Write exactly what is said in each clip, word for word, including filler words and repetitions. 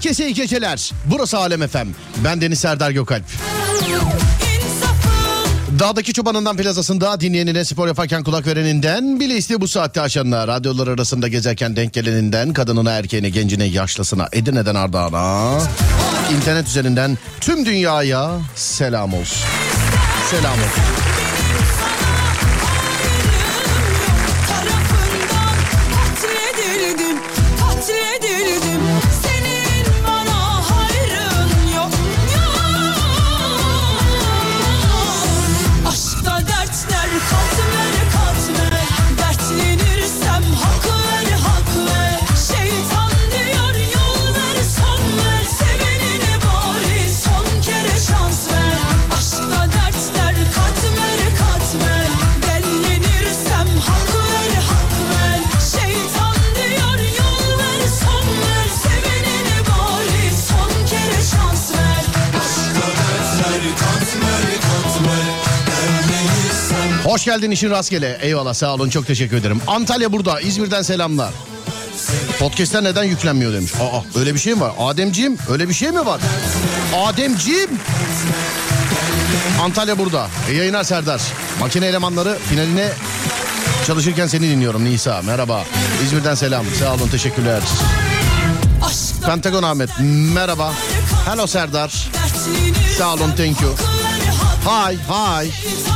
Herkese iyi geceler. Burası Alem F M. Ben Deniz Serdar Gökalp. Dağdaki çobanından plazasında dinleyenine, spor yaparken kulak vereninden, bile iste bu saatte aşanına, radyolar arasında gezerken denk geleninden, kadınına, erkeğine, gencine, yaşlısına, Edirne'den Ardahan'a, internet üzerinden tüm dünyaya selam olsun. Selam olsun. Hoş geldin, işin rastgele. Eyvallah, sağ olun, çok teşekkür ederim. Antalya burada, İzmir'den selamlar. Podcast'ler neden yüklenmiyor demiş. Aa, öyle bir şey mi var? Ademciğim, öyle bir şey mi var? Ademciğim. Antalya burada. E, yayınlar Serdar. Makine elemanları finaline çalışırken seni dinliyorum Nisa. Merhaba. İzmir'den selam. Sağ olun, teşekkürler. Pentagon Ahmet. Merhaba. Hello Serdar. Sağ olun, thank you. Hi, hi.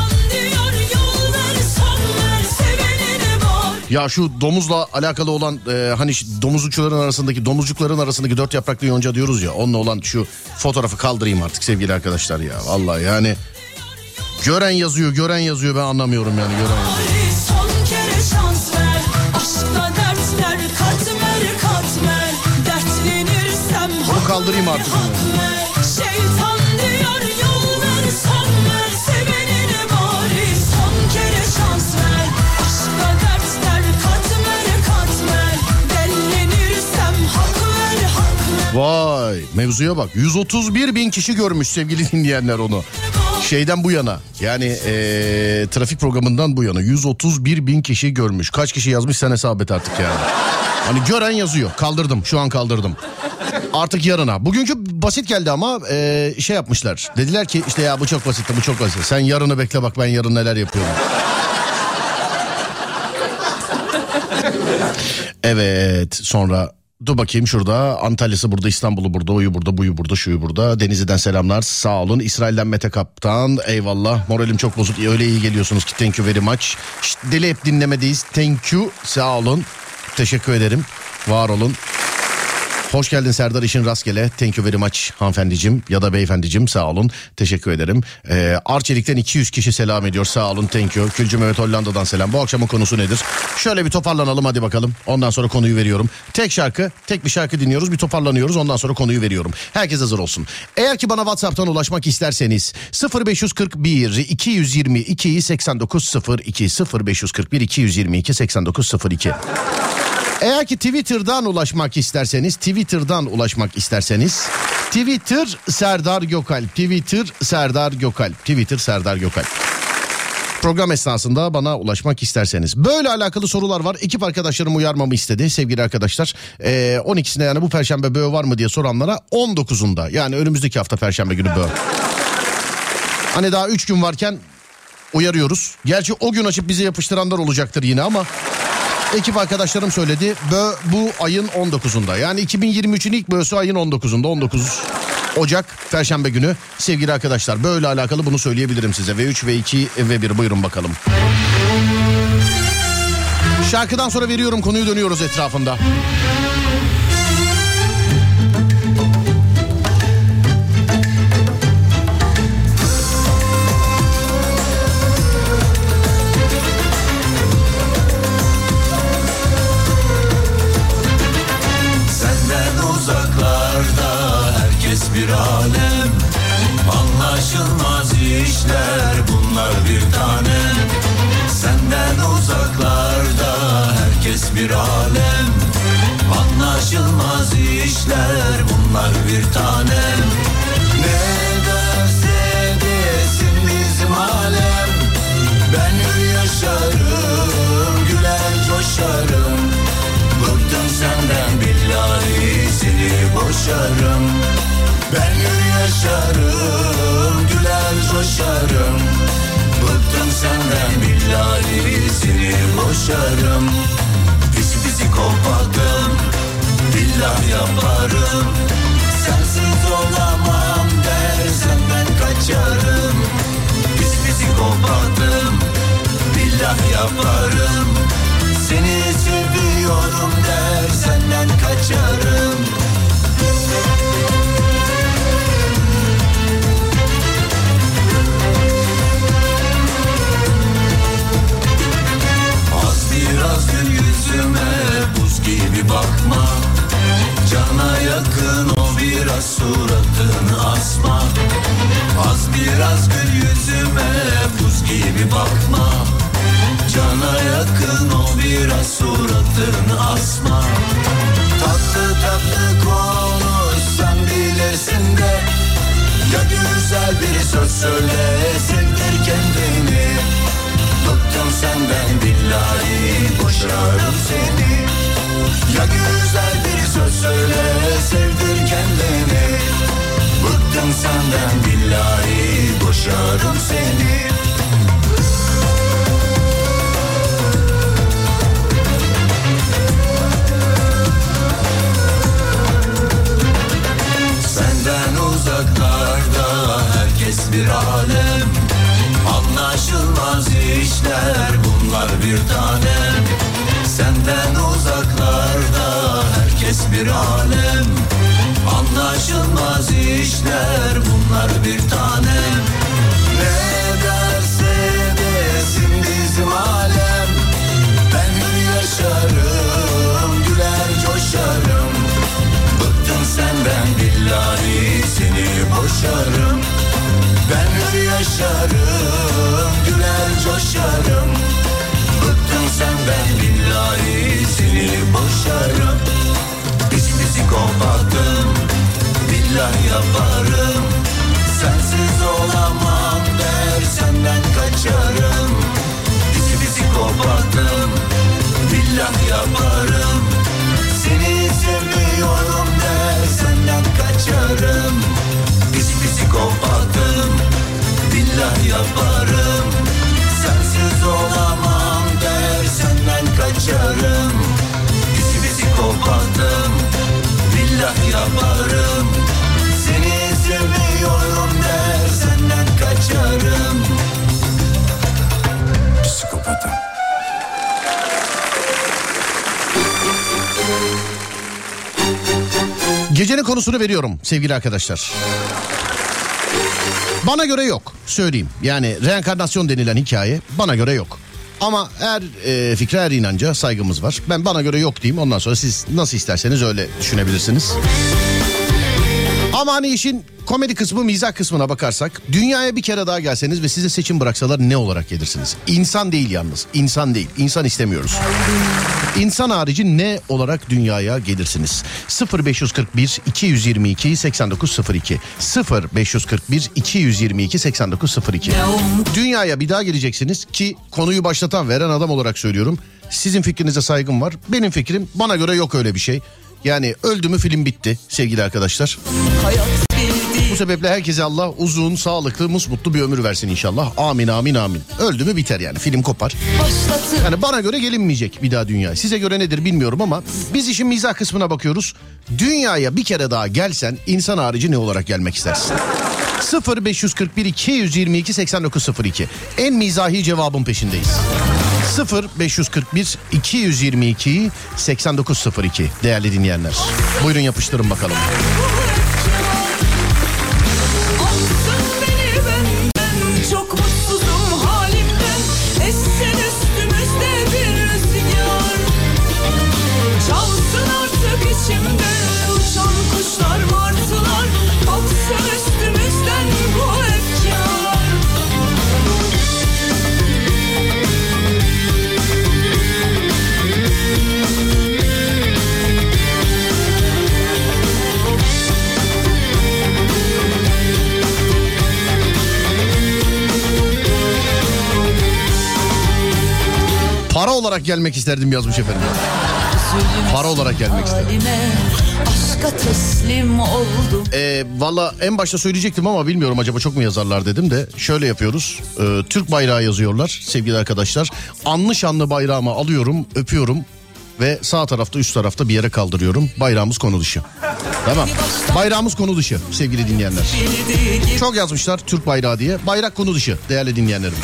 Ya şu domuzla alakalı olan e, hani domuzcukların arasındaki domuzcukların arasındaki dört yapraklı yonca diyoruz ya, onunla olan şu fotoğrafı kaldırayım artık sevgili arkadaşlar ya. Vallahi yani gören yazıyor, gören yazıyor, ben anlamıyorum yani, gören yazıyor. Bunu kaldırayım artık. Vay, mevzuya bak. yüz otuz bir bin kişi görmüş sevgili dinleyenler onu. Şeyden bu yana, yani ee, trafik programından bu yana yüz otuz bir bin kişi görmüş. Kaç kişi yazmış sen hesap et artık yani. Hani gören yazıyor. Kaldırdım, şu an kaldırdım. Artık yarına. Bugünkü basit geldi ama ee, şey yapmışlar. Dediler ki işte ya bu çok basitti, bu çok basit. Sen yarını bekle, bak ben yarın neler yapıyorum. Evet, sonra... Dur bakayım, şurada Antalya'sı burada, İstanbul'u burada, oyu burada, buyu burada, şuyu burada. Denizli'den selamlar, sağ olun. İsrail'den Mete Kaptan, eyvallah. Moralim çok bozuk, öyle iyi geliyorsunuz ki, thank you very much. Şişt, deli hep dinlemedeyiz, thank you, sağ olun. Teşekkür ederim, var olun. Hoş geldin Serdar, işin rastgele. Thank you very much hanımefendicim ya da beyefendicim, sağ olun. Teşekkür ederim. Ee, Arçelik'ten iki yüz kişi selam ediyor, sağ olun, thank you. Külcü Mehmet Hollanda'dan selam. Bu akşamın konusu nedir? Şöyle bir toparlanalım hadi bakalım. Ondan sonra konuyu veriyorum. Tek şarkı, tek bir şarkı dinliyoruz, bir toparlanıyoruz. Ondan sonra konuyu veriyorum. Herkes hazır olsun. Eğer ki bana WhatsApp'tan ulaşmak isterseniz sıfır beş kırk bir iki yüz yirmi iki seksen dokuz sıfır iki sıfır beş kırk bir iki yüz yirmi iki seksen dokuz sıfır iki. Eğer ki Twitter'dan ulaşmak isterseniz, Twitter'dan ulaşmak isterseniz, Twitter Serdar Gökalp, Twitter Serdar Gökalp, Twitter Serdar Gökalp. Program esnasında bana ulaşmak isterseniz. Böyle alakalı sorular var. Ekip arkadaşlarım uyarmamı istedi sevgili arkadaşlar. Ee, on ikisinde yani bu perşembe böğü var mı diye soranlara on dokuzunda, yani önümüzdeki hafta perşembe günü böğü. Hani daha üç gün varken uyarıyoruz. Gerçi o gün açıp bize yapıştıranlar olacaktır yine ama... Ekip arkadaşlarım söyledi. Bö bu ayın on dokuzunda. Yani iki bin yirmi üçün ilk böğüsü ayın on dokuzunda. on dokuz Ocak Perşembe günü sevgili arkadaşlar. Böyle alakalı bunu söyleyebilirim size. V üç, V iki, V bir buyurun bakalım. Şarkıdan sonra veriyorum, konuyu dönüyoruz etrafında. Bir alem, anlaşılmaz işler, bunlar bir tanem. Senden uzaklarda herkes bir alem, anlaşılmaz işler, bunlar bir tanem. Ne derse desin bizim alem, ben hür yaşarım, güler coşarım. Bıktım senden billahi, seni boşarım. billahi seni boşarım. Pis psikopatım, billah yaparım. Sensiz olamam der, senden kaçarım. Pis psikopatım, billah yaparım. Seni seviyorum der, senden kaçarım. Az biraz gül yüzüme, buz gibi bakma. Cana yakın o, biraz suratını asma. Az biraz gül yüzüme, buz gibi bakma. Cana yakın o, biraz suratını asma. Tatlı tatlı konuş, sen bilirsin de. Ya güzel bir söz söyle, sevdir kendini. Bıktım senden billahi, boşarım seni. Ya güzel bir söz söyle, sevdir kendini. Bıktım senden billahi, boşarım seni. Senden uzaklarda herkes bir alem. Anlaşılmaz işler bunlar bir tanem. Senden uzaklarda herkes bir alem. Anlaşılmaz işler bunlar bir tanem. Ne derse desin bizim alem. Ben hür yaşarım, güler coşarım. Bıktım senden billahi, seni boşarım. Ben hür yaşarım, güler coşarım. Bıktım senden billahi, seni boşarım. Pis psikopatım, billah yaparım. Sensiz olamam der, senden kaçarım. Pis psikopatım, billah yaparım. Seni seviyorum der, senden kaçarım. Pis psikopatım, billah yaparım. Sensiz olamam der, senden kaçarım. Pis psikopatım, billah yaparım. Seni seviyorum der, senden kaçarım. Psikopatım. Gecenin konusunu veriyorum sevgili arkadaşlar. Bana göre yok, söyleyeyim. Yani reenkarnasyon denilen hikaye bana göre yok. Ama her e, fikre, her inanca saygımız var. Ben bana göre yok diyeyim, ondan sonra siz nasıl isterseniz öyle düşünebilirsiniz. Ama hani işin komedi kısmı, mizah kısmına bakarsak, dünyaya bir kere daha gelseniz ve size seçim bıraksalar ne olarak gelirsiniz? İnsan değil yalnız, insan değil, insan istemiyoruz. İnsan harici ne olarak dünyaya gelirsiniz? sıfır beş kırk bir iki yüz yirmi iki seksen dokuz sıfır iki sıfır beş kırk bir iki yüz yirmi iki seksen dokuz sıfır iki. Dünyaya bir daha geleceksiniz ki konuyu başlatan, veren adam olarak söylüyorum. Sizin fikrinize saygım var. Benim fikrim, bana göre yok öyle bir şey. Yani öldü mü film bitti sevgili arkadaşlar. Bu sebeple herkese Allah uzun, sağlıklı, musmutlu bir ömür versin inşallah. Amin amin amin. Öldü mü biter yani, film kopar. Yani bana göre gelinmeyecek bir daha dünya. Size göre nedir bilmiyorum ama biz işin mizah kısmına bakıyoruz. Dünyaya bir kere daha gelsen insan harici ne olarak gelmek istersin? sıfır beş kırk bir iki yüz yirmi iki seksen dokuz sıfır iki. En mizahi cevabın peşindeyiz. sıfır beş kırk bir iki yüz yirmi iki seksen dokuz sıfır iki değerli dinleyenler. Buyurun yapıştırın bakalım. Para olarak gelmek isterdim yazmış efendim. Para olarak gelmek isterdim. aşka teslim oldum. Ee, Valla en başta söyleyecektim ama bilmiyorum acaba çok mu yazarlar dedim de şöyle yapıyoruz. Ee, Türk bayrağı yazıyorlar sevgili arkadaşlar. Anlı şanlı bayrağımı alıyorum, öpüyorum ve sağ tarafta üst tarafta bir yere kaldırıyorum. Bayrağımız konu dışı. Tamam. Bayrağımız konu dışı sevgili dinleyenler. Çok yazmışlar Türk bayrağı diye. Bayrak konu dışı değerli dinleyenlerim.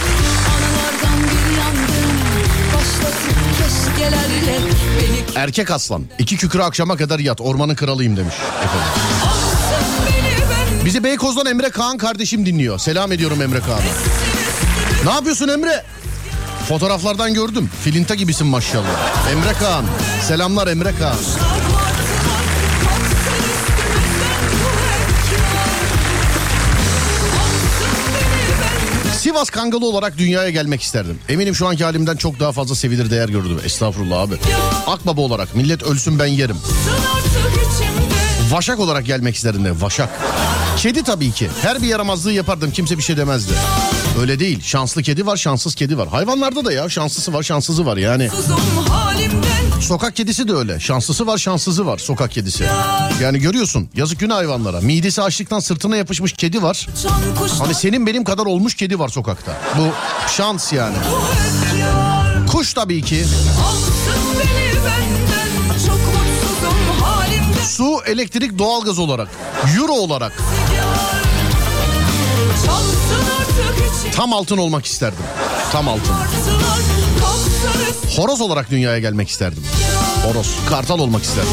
Erkek aslan iki küküre akşama kadar yat, ormanın kralıyım demiş efendim. Bizi Beykoz'dan Emre Kaan kardeşim dinliyor. Selam ediyorum Emre Kaan'a. Ne yapıyorsun Emre? Fotoğraflardan gördüm. Filinta gibisin maşallah. Emre Kaan. Selamlar Emre Kaan. Sivas Kangalı olarak dünyaya gelmek isterdim. Eminim şu anki halimden çok daha fazla sevilir, değer gördüm. Estağfurullah abi. Akbaba olarak millet ölsün ben yerim. Vaşak olarak gelmek isterdim de. Vaşak. Kedi tabii ki. Her bir yaramazlığı yapardım, kimse bir şey demezdi. Öyle değil. Şanslı kedi var, şanssız kedi var. Hayvanlarda da ya şanslısı var, şanssızı var yani. Sokak kedisi de öyle. Şanslısı var, şanssızı var sokak kedisi. Yani görüyorsun, yazık günah hayvanlara. Midesi açlıktan sırtına yapışmış kedi var. Hani senin benim kadar olmuş kedi var sokakta. Bu şans yani. Kuş tabii ki. Su, elektrik, doğalgaz olarak. Euro olarak. Tam altın olmak isterdim. Tam altın. Horoz olarak dünyaya gelmek isterdim. Horoz. Kartal olmak isterdim.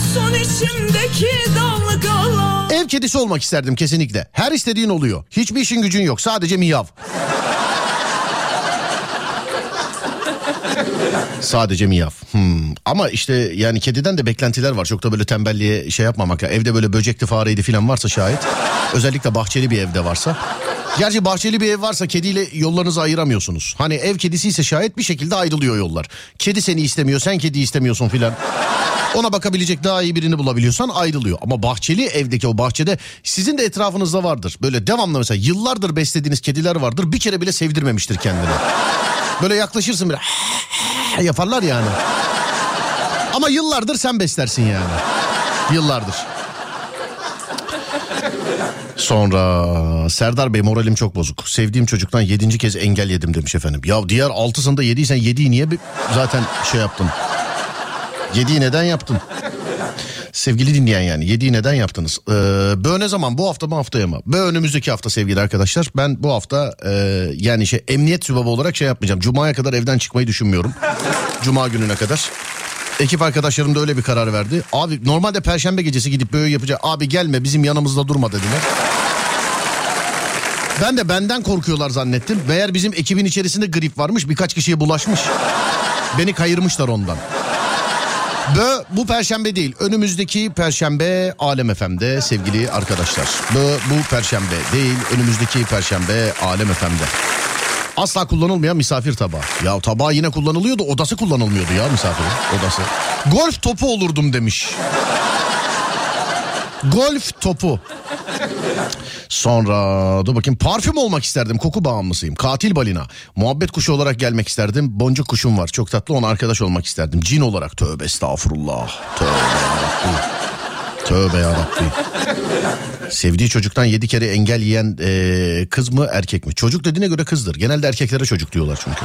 Ev kedisi olmak isterdim kesinlikle. Her istediğin oluyor. Hiçbir işin gücün yok. Sadece miyav. Sadece miyav. Hmm. Ama işte yani kediden de beklentiler var. Çok da böyle tembelliğe şey yapmamak. Evde böyle böcekli, fareydi falan varsa şayet. Özellikle bahçeli bir evde varsa. Gerçi bahçeli bir ev varsa kediyle yollarınızı ayıramıyorsunuz. Hani ev kedisiyse şayet bir şekilde ayrılıyor yollar. Kedi seni istemiyor, sen kediyi istemiyorsun filan. Ona bakabilecek daha iyi birini bulabiliyorsan ayrılıyor. Ama bahçeli evdeki o bahçede sizin de etrafınızda vardır. Böyle devamlı mesela yıllardır beslediğiniz kediler vardır. Bir kere bile sevdirmemiştir kendini. Böyle yaklaşırsın böyle yaparlar yani. Ama yıllardır sen beslersin yani. Yıllardır. Sonra Serdar Bey, moralim çok bozuk. Sevdiğim çocuktan yedinci kez engel yedim demiş efendim. Ya diğer altısında yediysen yediği niye zaten şey yaptın? Yediği neden yaptın? Sevgili dinleyen yani yediği neden yaptınız? Ee, Bö ne zaman, bu hafta mı haftaya mı? Bö önümüzdeki hafta sevgili arkadaşlar. Ben bu hafta e, yani şey emniyet sübabı olarak şey yapmayacağım. Cuma'ya kadar evden çıkmayı düşünmüyorum. Cuma gününe kadar. Ekip arkadaşlarım da öyle bir karar verdi. Abi normalde perşembe gecesi gidip böyle yapacak. Abi gelme bizim yanımızda durma dediler. Ben de benden korkuyorlar zannettim. Meğer bizim ekibin içerisinde grip varmış, birkaç kişiye bulaşmış. Beni kayırmışlar ondan. Bö bu perşembe değil, önümüzdeki perşembe Alem F M'de sevgili arkadaşlar. Bö bu perşembe değil, önümüzdeki perşembe Alem F M'de. Asla kullanılmayan misafir tabağı. Ya tabağı yine kullanılıyordu, odası kullanılmıyordu ya misafirin odası. Golf topu olurdum demiş. Golf topu. Sonra dur bakayım, parfüm olmak isterdim, koku bağımlısıyım. Katil balina, muhabbet kuşu olarak gelmek isterdim. Boncuk kuşum var çok tatlı, ona arkadaş olmak isterdim. Cin olarak, tövbe estağfurullah. Tövbe yarabbi. Tövbe yarabbi. Sevdiği çocuktan yedi kere engel yiyen ee, kız mı erkek mi? Çocuk dediğine göre kızdır. Genelde erkeklere çocuk diyorlar çünkü.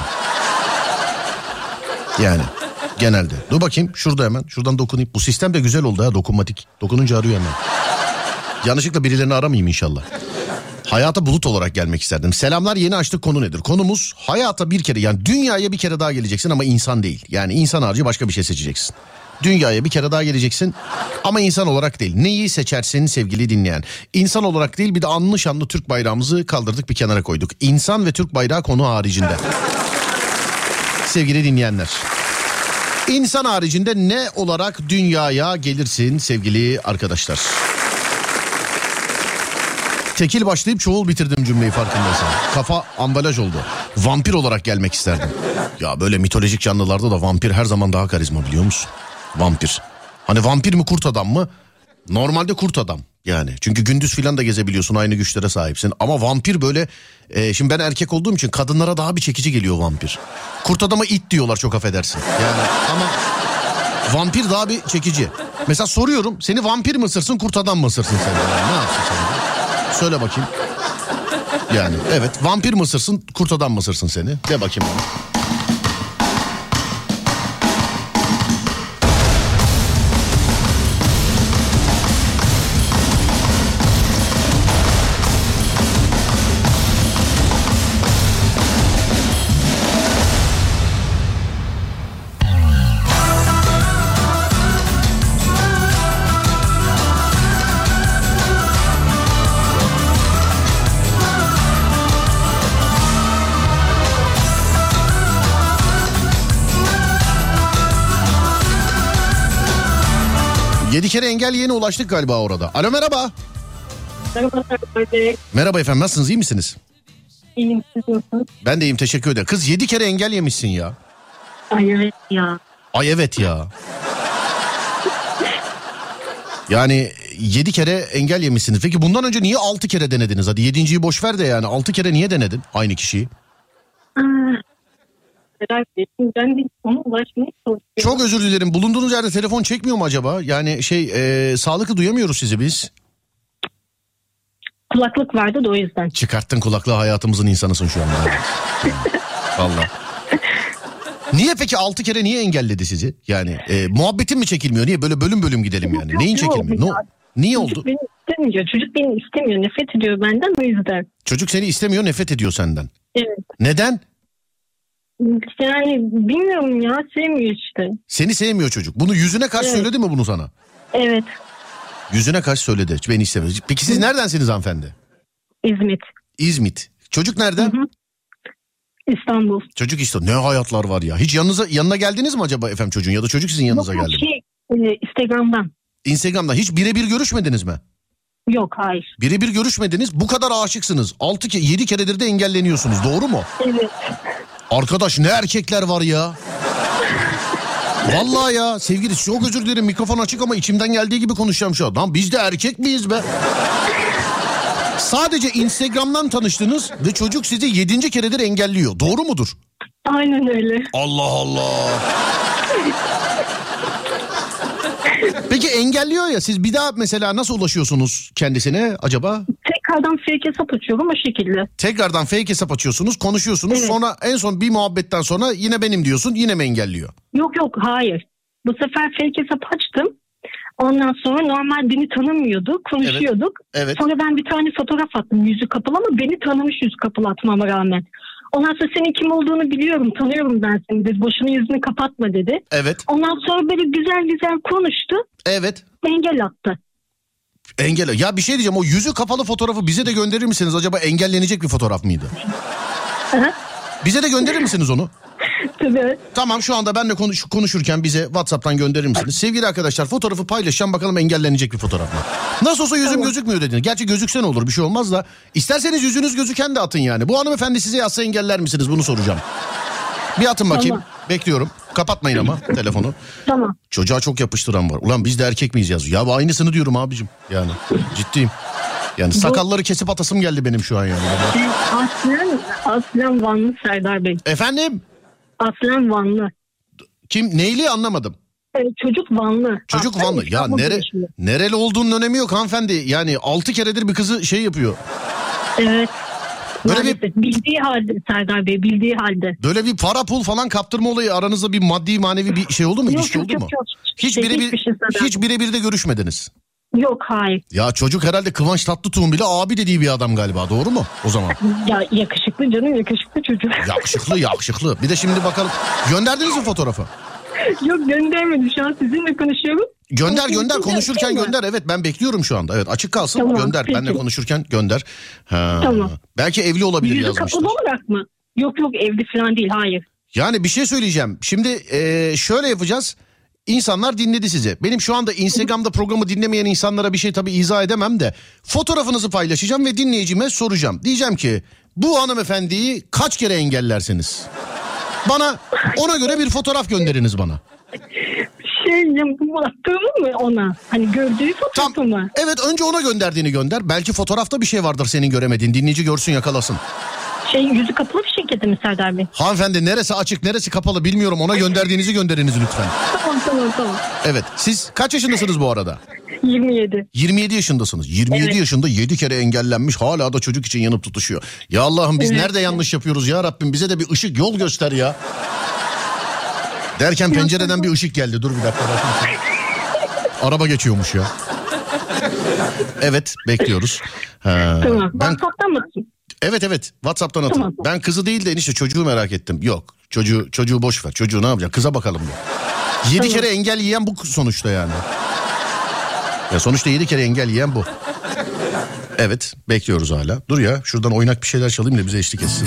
Yani genelde. Dur bakayım şurada hemen, şuradan dokunayım. Bu sistem de güzel oldu ha, dokunmatik. Dokununca arıyor hemen. Yanlışlıkla birilerini aramayayım inşallah. Hayata bulut olarak gelmek isterdim. Selamlar, yeni açtık, konu nedir? Konumuz hayata bir kere, yani dünyaya bir kere daha geleceksin ama insan değil. Yani insan harici başka bir şey seçeceksin. Dünyaya bir kere daha geleceksin ama insan olarak değil. Neyi seçersin sevgili dinleyen? İnsan olarak değil, bir de anlı şanlı Türk bayrağımızı kaldırdık, bir kenara koyduk. İnsan ve Türk bayrağı konu haricinde. Sevgili dinleyenler. İnsan haricinde ne olarak dünyaya gelirsin sevgili arkadaşlar? Tekil başlayıp çoğul bitirdim cümleyi, farkındaysan. Kafa ambalaj oldu. Vampir olarak gelmek isterdim. Ya böyle mitolojik canlılarda da vampir her zaman daha karizma, biliyor musun? Vampir. Hani vampir mi kurt adam mı? Normalde kurt adam yani. Çünkü gündüz filan da gezebiliyorsun, aynı güçlere sahipsin. Ama vampir böyle e, şimdi ben erkek olduğum için kadınlara daha bir çekici geliyor vampir. Kurt adama it diyorlar, çok affedersin. Yani ama Vampir daha bir çekici. Mesela soruyorum, seni vampir mi ısırsın, kurt adam mı ısırsın sen? Yani ne yapsın sen? Söyle bakayım. Yani evet, vampir mi ısırsın, kurt adam mı ısırsın seni? De bakayım bana. Yedi kere engelleyene ulaştık galiba orada. Alo, merhaba. Merhaba. Merhaba efendim, nasılsınız, iyi misiniz? İyiyim, siz nasılsınız? Ben de iyiyim, teşekkür ederim. Kız yedi kere engel yemişsin ya. Ay evet ya. Ay evet ya. Yani yedi kere engel yemişsiniz. Peki bundan önce niye altı kere denediniz? Hadi yedinciyi boş ver de yani altı kere niye denedin aynı kişiyi? Merak ettim. Ben de ona ulaşmaya çalışıyorum. Çok özür dilerim. Bulunduğunuz yerde telefon çekmiyor mu acaba? Yani şey e, sağlıklı duyamıyoruz sizi biz. Kulaklık vardı da o yüzden. Çıkarttın kulaklığı, hayatımızın insanısın şu anda. Vallahi. Niye peki altı kere niye engelledi sizi? Yani e, muhabbetin mi çekilmiyor? Niye böyle bölüm bölüm gidelim yani? Yok, Neyin yok çekilmiyor? ya. No, niye Çocuk oldu? beni istemiyor. Çocuk beni istemiyor. Nefret ediyor benden, o yüzden. Çocuk seni istemiyor, nefret ediyor senden. Evet. Neden? Yani bilmiyorum ya, sevmiyor işte. Seni sevmiyor çocuk. Bunu yüzüne karşı Evet. söyledi mi bunu sana? Evet. Yüzüne karşı söyledi. Beni istemiyor. Peki siz neredensiniz hanımefendi? İzmit. İzmit. Çocuk nereden? Hı hı. İstanbul. Çocuk işte, ne hayatlar var ya. Hiç yanınıza yanına geldiniz mi acaba efendim çocuğun, ya da çocuk sizin yanınıza Yok, geldi mi? şey, e, Instagram'dan. Instagram'da hiç birebir görüşmediniz mi? Yok, hayır. Birebir görüşmediniz. Bu kadar aşıksınız. altı ke yedi keredir de engelleniyorsunuz. Doğru mu? Evet. Arkadaş ne erkekler var ya. Vallahi ya sevgili, çok özür dilerim, mikrofon açık ama içimden geldiği gibi konuşacağım şu an. Lan biz de erkek miyiz be? Sadece Instagram'dan tanıştınız ve çocuk sizi yedinci keredir engelliyor. Doğru mudur? Aynen öyle. Allah Allah. Peki engelliyor ya, siz bir daha mesela nasıl ulaşıyorsunuz kendisine acaba? Tekrardan fake hesap açıyorum o şekilde. Tekrardan fake hesap açıyorsunuz, konuşuyorsunuz. Evet. Sonra en son bir muhabbetten sonra yine benim diyorsun, yine mi engelliyor? Yok yok, hayır. Bu sefer fake hesap açtım. Ondan sonra normal beni tanımıyordu. Konuşuyorduk. Evet, evet. Sonra ben bir tane fotoğraf attım yüzü kapalı, ama beni tanımış yüzü kapalı atmama rağmen. Ondan sonra senin kim olduğunu biliyorum, tanıyorum ben seni dedi. Boşuna yüzünü kapatma dedi. Evet. Ondan sonra böyle güzel güzel konuştu. Evet. Engel attı. Engel. Ya bir şey diyeceğim, o yüzü kapalı fotoğrafı bize de gönderir misiniz? Acaba engellenecek bir fotoğraf mıydı? Bize de gönderir misiniz onu? Tabii. Tamam, şu anda benle konuş, konuşurken bize WhatsApp'tan gönderir misiniz? Sevgili arkadaşlar, fotoğrafı paylaşacağım, bakalım engellenecek bir fotoğraf mı? Nasıl olsa yüzüm Tamam. gözükmüyor dediniz. Gerçi gözükse ne olur, bir şey olmaz da. İsterseniz yüzünüz gözüken de atın yani. Bu hanımefendi size yazsa engeller misiniz, bunu soracağım. Bir atın bakayım. Tamam. Bekliyorum. Kapatmayın ama telefonu. Tamam. Çocuğa çok yapıştıran var. Ulan biz de erkek miyiz yazıyor. Ya bu aynısını diyorum abicim. Yani ciddiyim. Yani sakalları kesip atasım geldi benim şu an yani. Aslen, Aslen Vanlı Serdar Bey. Efendim? Aslen Vanlı. Kim? Neyli anlamadım. Ee, çocuk Vanlı. Çocuk Aslen Vanlı. Ya İstanbul nere, yaşıyor. nereli olduğunun önemi yok hanımefendi. Yani altı keredir bir kızı şey yapıyor. Evet. Böyle bir- Maalesef. Bildiği halde Serdar Bey, bildiği halde. Böyle bir para pul falan kaptırma olayı, aranızda bir maddi manevi bir şey oldu mu? Yok, İlişki yok, oldu yok, mu? yok. Hiç Şey, birebir hiçbir şey Serdar hiç birebir de görüşmediniz. Yok, hayır. Ya çocuk herhalde Kıvanç Tatlıtuğ'un bile abi dediği bir adam galiba, doğru mu o zaman? Ya yakışıklı canım, yakışıklı çocuk. Yakışıklı yakışıklı. Bir de şimdi bakalım. Gönderdiniz mi fotoğrafı? Yok, göndermedim, şu an sizinle konuşuyorum. Gönder Ama gönder, sizinle konuşurken yapacağım gönder. Evet, ben bekliyorum şu anda. Evet, açık kalsın, Tamam, gönder. peki. Benle konuşurken gönder. Ha. Tamam. Belki evli olabilir Yüzü yazmıştır. kapalı olarak mı? Yok yok, evli falan değil, hayır. Yani bir şey söyleyeceğim. Şimdi eee, şöyle yapacağız. İnsanlar dinledi sizi. Benim şu anda Instagram'da programı dinlemeyen insanlara bir şey tabii izah edemem de. Fotoğrafınızı paylaşacağım ve dinleyicime soracağım. Diyeceğim ki bu hanımefendiyi kaç kere engellersiniz? Bana ona göre bir fotoğraf gönderiniz bana. Şey, attığımı mı ona? Hani gördüğü fotoğrafı Tam, mı? evet, önce ona gönderdiğini gönder. Belki fotoğrafta bir şey vardır senin göremediğin. Dinleyici görsün, yakalasın. Şey yüzü kapalı bir şirketi mi Serdar Bey? Hanımefendi neresi açık neresi kapalı bilmiyorum. Ona gönderdiğinizi gönderiniz lütfen. Tamam tamam tamam. Evet, siz kaç yaşındasınız bu arada? yirmi yedi. yirmi yedi yaşındasınız. yirmi yedi Evet. yaşında yedi kere engellenmiş, hala da çocuk için yanıp tutuşuyor. Ya Allah'ım biz Evet. nerede yanlış yapıyoruz ya Rabbim, bize de bir ışık yol göster ya. Derken pencereden bir ışık geldi. Dur bir dakika bakayım. Araba geçiyormuş ya. Evet, bekliyoruz. Ha, Tamam. ben WhatsApp'tan mı? evet evet WhatsApp'tan atın. Tamam. Ben kızı değil de enişte çocuğu merak ettim. Yok, çocuğu çocuğu boş ver. Çocuğu ne yapacak? Kıza bakalım bir. Yedi Tamam. kere engel yiyen bu sonuçta yani. Ya sonuçta yedi kere engel yiyen bu. Evet, bekliyoruz hala. Dur ya, şuradan oynak bir şeyler çalayım da bize eşlik etsin.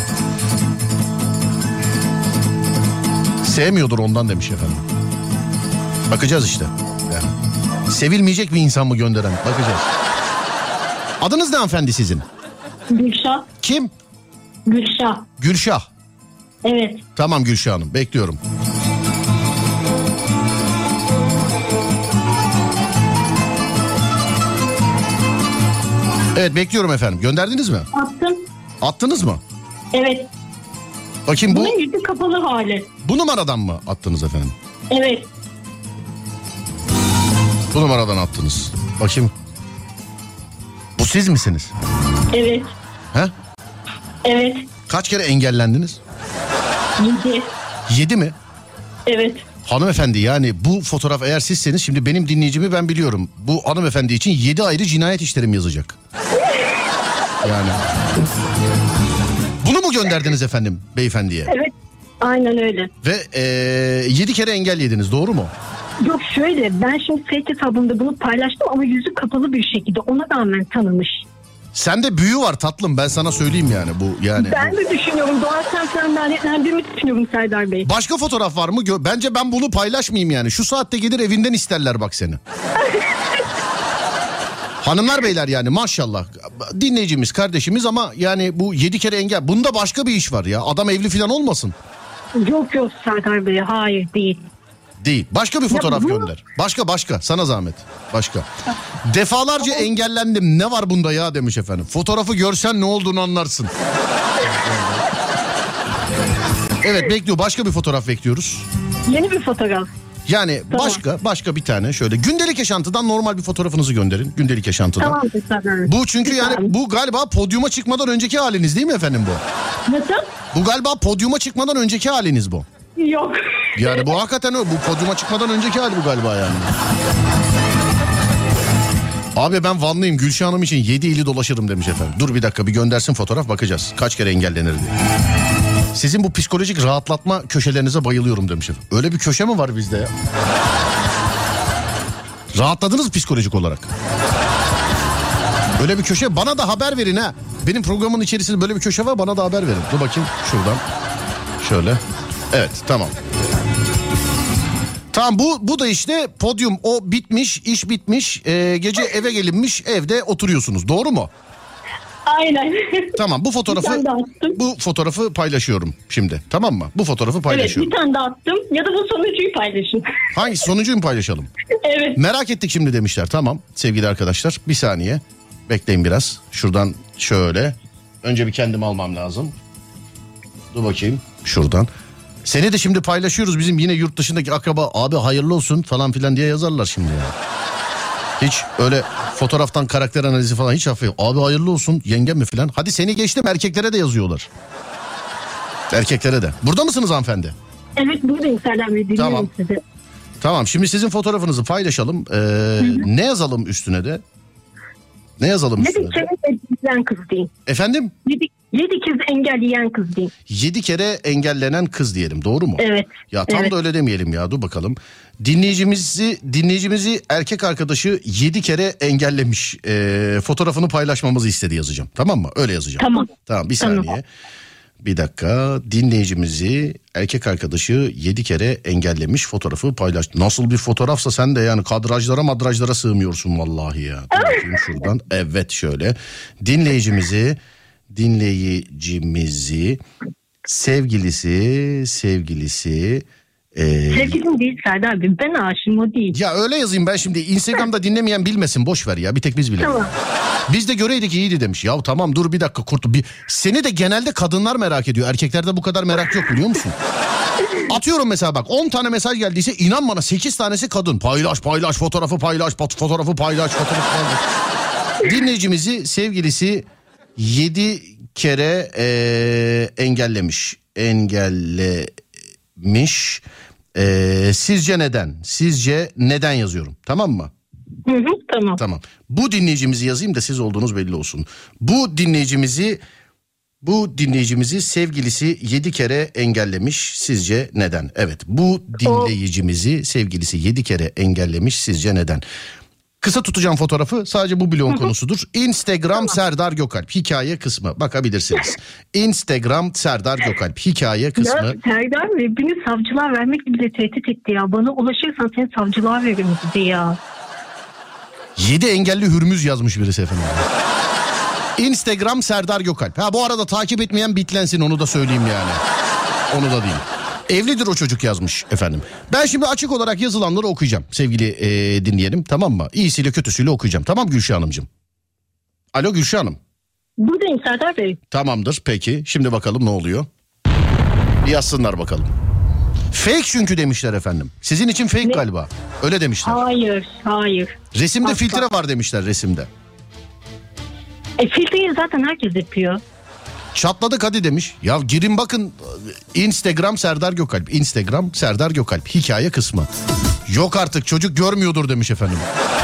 Sevmiyordur ondan demiş efendim. Bakacağız işte. Yani. Sevilmeyecek bir insan mı gönderen? Bakacağız. Adınız ne hanımefendi sizin? Gülşah. Kim? Gülşah. Gülşah. Evet. Tamam Gülşah Hanım, bekliyorum. Evet, bekliyorum efendim. Gönderdiniz mi? Attım. Attınız mı? Evet. Bakayım bu Bunun yüzü kapalı hali. bu numaradan mı attınız efendim? Evet. Bu numaradan attınız. Bakayım. Bu siz misiniz? Evet. He? Evet. Kaç kere engellendiniz? Yedi. Yedi mi? Evet. Hanımefendi, yani bu fotoğraf eğer sizseniz, şimdi benim dinleyicimi ben biliyorum. Bu hanımefendi için yedi ayrı cinayet işlerim yazacak. Yani. Bunu mu gönderdiniz efendim beyefendiye? Evet. Aynen öyle. Ve ee, yedi kere engel yediniz, doğru mu? Yok şöyle, ben şimdi fake hesabımda bunu paylaştım ama yüzü kapalı bir şekilde, ona rağmen tanımış. Sende büyü var tatlım, ben sana söyleyeyim yani bu yani. Ben bu. de düşünüyorum, doğal senfrenlerden birini düşünüyorum Serdar Bey. Başka fotoğraf var mı? Gö- Bence ben bunu paylaşmayayım yani. Şu saatte gelir evinden isterler bak seni. Hanımlar beyler, yani maşallah dinleyicimiz kardeşimiz ama yani bu yedi kere engel, bunda başka bir iş var ya, adam evli falan olmasın. Yok yok Serdar Bey, hayır değil. Değil, başka bir fotoğraf bu- gönder. Başka başka, sana zahmet, başka. Defalarca engellendim, ne var bunda ya demiş efendim. Fotoğrafı görsen ne olduğunu anlarsın. Evet, bekliyor, başka bir fotoğraf bekliyoruz. Yeni bir fotoğraf. Yani Tamam. başka başka bir tane şöyle gündelik yaşantıdan normal bir fotoğrafınızı gönderin. Gündelik yaşantıdan. Tamam Serdar Bey. Bu çünkü Bir yani saniye. bu galiba podyuma çıkmadan önceki haliniz değil mi efendim bu? Nasıl? Bu galiba podyuma çıkmadan önceki haliniz bu. Yok. Yani bu hakikaten o. Bu podyuma çıkmadan önceki hali bu galiba yani. Abi ben Vanlıyım, Gülşah Hanım için yedi ili dolaşırım demiş efendim. Dur bir dakika, bir göndersin fotoğraf, bakacağız. Kaç kere engellenir diye. Sizin bu psikolojik rahatlatma köşelerinize bayılıyorum demiş efendim. Öyle bir köşe mi var bizde ya? Rahatladınız psikolojik olarak. Böyle bir köşe, bana da haber verin ha. Benim programın içerisinde böyle bir köşe var, bana da haber verin. Dur bakayım şuradan. Şöyle. Evet, tamam. Tamam, bu bu da işte podyum, o bitmiş, iş bitmiş, ee, gece eve gelinmiş, evde oturuyorsunuz, doğru mu? Aynen. Tamam, bu fotoğrafı Bir tane daha attım. bu fotoğrafı paylaşıyorum şimdi, tamam mı? Bu fotoğrafı Evet, paylaşıyorum. bir tane daha attım ya da bu sonuncuyu paylaşın. Hangi sonuncuyu mu paylaşalım? Evet. Merak ettik şimdi demişler. Tamam sevgili arkadaşlar, bir saniye bekleyin biraz. Şuradan şöyle, önce bir kendimi almam lazım. Dur bakayım şuradan. Seni de şimdi paylaşıyoruz, bizim yine yurt dışındaki akraba abi hayırlı olsun falan filan diye yazarlar şimdi ya. Hiç öyle fotoğraftan karakter analizi falan hiç affı yok. Abi hayırlı olsun yengem mi filan. Hadi seni geçtim, erkeklere de yazıyorlar. Erkeklere de. Burada mısınız hanımefendi? Evet buradayım Serdar Bey, dinliyorum Tamam. sizi. Tamam, şimdi sizin fotoğrafınızı paylaşalım. Ee, ne yazalım üstüne de? Ne yazalım Yedi üstüne de? kere engelleyen kız diyeyim. Efendim? Yedi, yedi kez engelleyen kız diyeyim. Yedi kere engellenen kız diyelim, doğru mu? Evet. Ya tam evet. da öyle demeyelim ya, dur bakalım. Dinleyicimizi dinleyicimizi erkek arkadaşı yedi kere engellemiş. Ee, fotoğrafını paylaşmamızı istedi yazacağım. Tamam mı? Öyle yazacağım. Tamam. Tamam, bir Tamam. saniye. Bir dakika, dinleyicimizi erkek arkadaşı yedi kere engellemiş, fotoğrafı paylaştı. Nasıl bir fotoğrafsa sen de yani kadrajlara madrajlara sığmıyorsun vallahi ya. Dur bakayım şuradan. Evet şöyle. Dinleyicimizi dinleyicimizi sevgilisi sevgilisi Ee, Sevgilim değil Serdar abi. Ben aşığım, o değil. ya öyle yazayım ben şimdi. Instagram'da dinlemeyen bilmesin, boş ver ya. Bir tek biz bilelim. Tamam. Biz de göreydik iyiydi demiş. Ya tamam dur bir dakika kurtu. Bir... Seni de genelde kadınlar merak ediyor. Erkeklerde bu kadar merak yok biliyor musun? Atıyorum mesela bak on tane mesaj geldiyse inan bana sekiz tanesi kadın. Paylaş paylaş fotoğrafı paylaş fotoğrafı paylaş fotoğrafı paylaş. Dinleyicimizi sevgilisi yedi kere ee, engellemiş. Engellemiş. Ee, sizce neden? Sizce neden yazıyorum? Tamam mı? Hı hı, tamam. Tamam. Bu dinleyicimizi yazayım da siz olduğunuz belli olsun. Bu dinleyicimizi bu dinleyicimizi sevgilisi yedi kere engellemiş. Sizce neden? Evet. Bu dinleyicimizi sevgilisi yedi kere engellemiş. Sizce neden? Kısa tutacağım fotoğrafı. Sadece bu bloğun konusudur. Instagram tamam. Serdar Gökalp hikaye kısmı. Bakabilirsiniz. Instagram Serdar Gökalp hikaye kısmı. Ya Serdar Bey beni savcılığa vermekle bile tehdit etti ya. Bana ulaşırsan seni savcılığa veririm dedi ya. Yedi engelli Hürmüz yazmış birisi efendim. Instagram Serdar Gökalp. Ha bu arada takip etmeyen bitlensin, onu da söyleyeyim yani. Onu da diyeyim. Evlidir o çocuk yazmış efendim. Ben şimdi açık olarak yazılanları okuyacağım sevgili e, dinleyelim, tamam mı? İyisiyle kötüsüyle okuyacağım. Tamam Gülşah Hanımcığım. Alo Gülşah Hanım. Buradayım Serdar Bey. Tamamdır peki. Şimdi bakalım ne oluyor. Bir yazsınlar bakalım. Fake çünkü demişler efendim. Sizin için fake ne? Galiba. Öyle demişler. Hayır, hayır. Resimde Asla. Filtre var demişler resimde. E filtreyi zaten herkes yapıyor. Çatladık hadi demiş. Ya girin bakın Instagram Serdar Gökalp. Instagram Serdar Gökalp. Hikaye kısmı. Yok artık çocuk görmüyordur demiş efendim.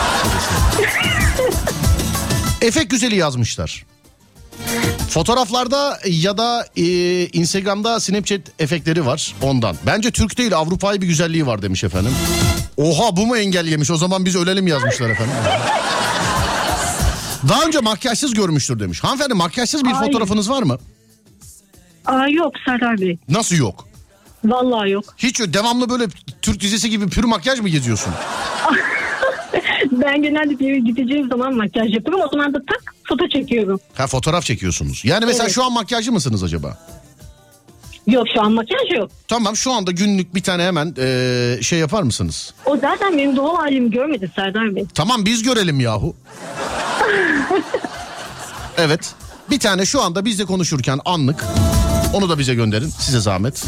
Efekt güzeli yazmışlar. Fotoğraflarda ya da e, Instagram'da Snapchat efektleri var ondan. Bence Türk değil Avrupa'yı bir güzelliği var demiş efendim. Oha bu mu engellemiş, o zaman biz ölelim yazmışlar efendim. Daha önce makyajsız görmüştür demiş. Hanımefendi makyajsız bir Hayır. fotoğrafınız var mı? Aa yok Serdar Bey. Nasıl yok? Vallahi yok. Hiç devamlı böyle Türk dizisi gibi pür makyaj mı geziyorsun? Ben genelde bir yere gideceğim zaman makyaj yapıyorum. O zaman da tak foto çekiyorum. Ha fotoğraf çekiyorsunuz. Yani mesela evet. Şu an makyajlı mısınız acaba? Yok şu an makyaj yok. Tamam şu anda günlük bir tane hemen ee, şey yapar mısınız? O zaten benim doğal halimi görmedi Serdar Bey. Tamam biz görelim yahu. Evet. Bir tane şu anda bizle konuşurken anlık. Onu da bize gönderin. Size zahmet.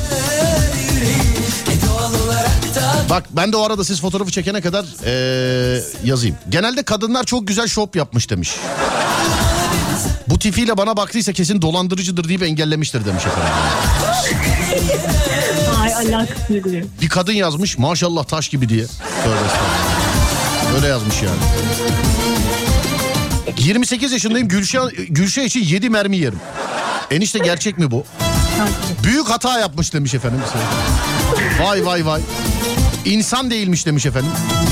Bak ben de o arada siz fotoğrafı çekene kadar ee, yazayım. Genelde kadınlar çok güzel şop yapmış demiş. Bu tipiyle bana baktıysa kesin dolandırıcıdır deyip engellemiştir demiş efendim. Ay alakası yok. Bir kadın yazmış maşallah taş gibi diye. Öyle yazmış yani. yirmi sekiz yaşındayım, Gülşah, Gülşah için yedi mermi yerim. Enişte gerçek mi bu? Büyük hata yapmış demiş efendim. Vay vay vay. İnsan değilmiş demiş efendim.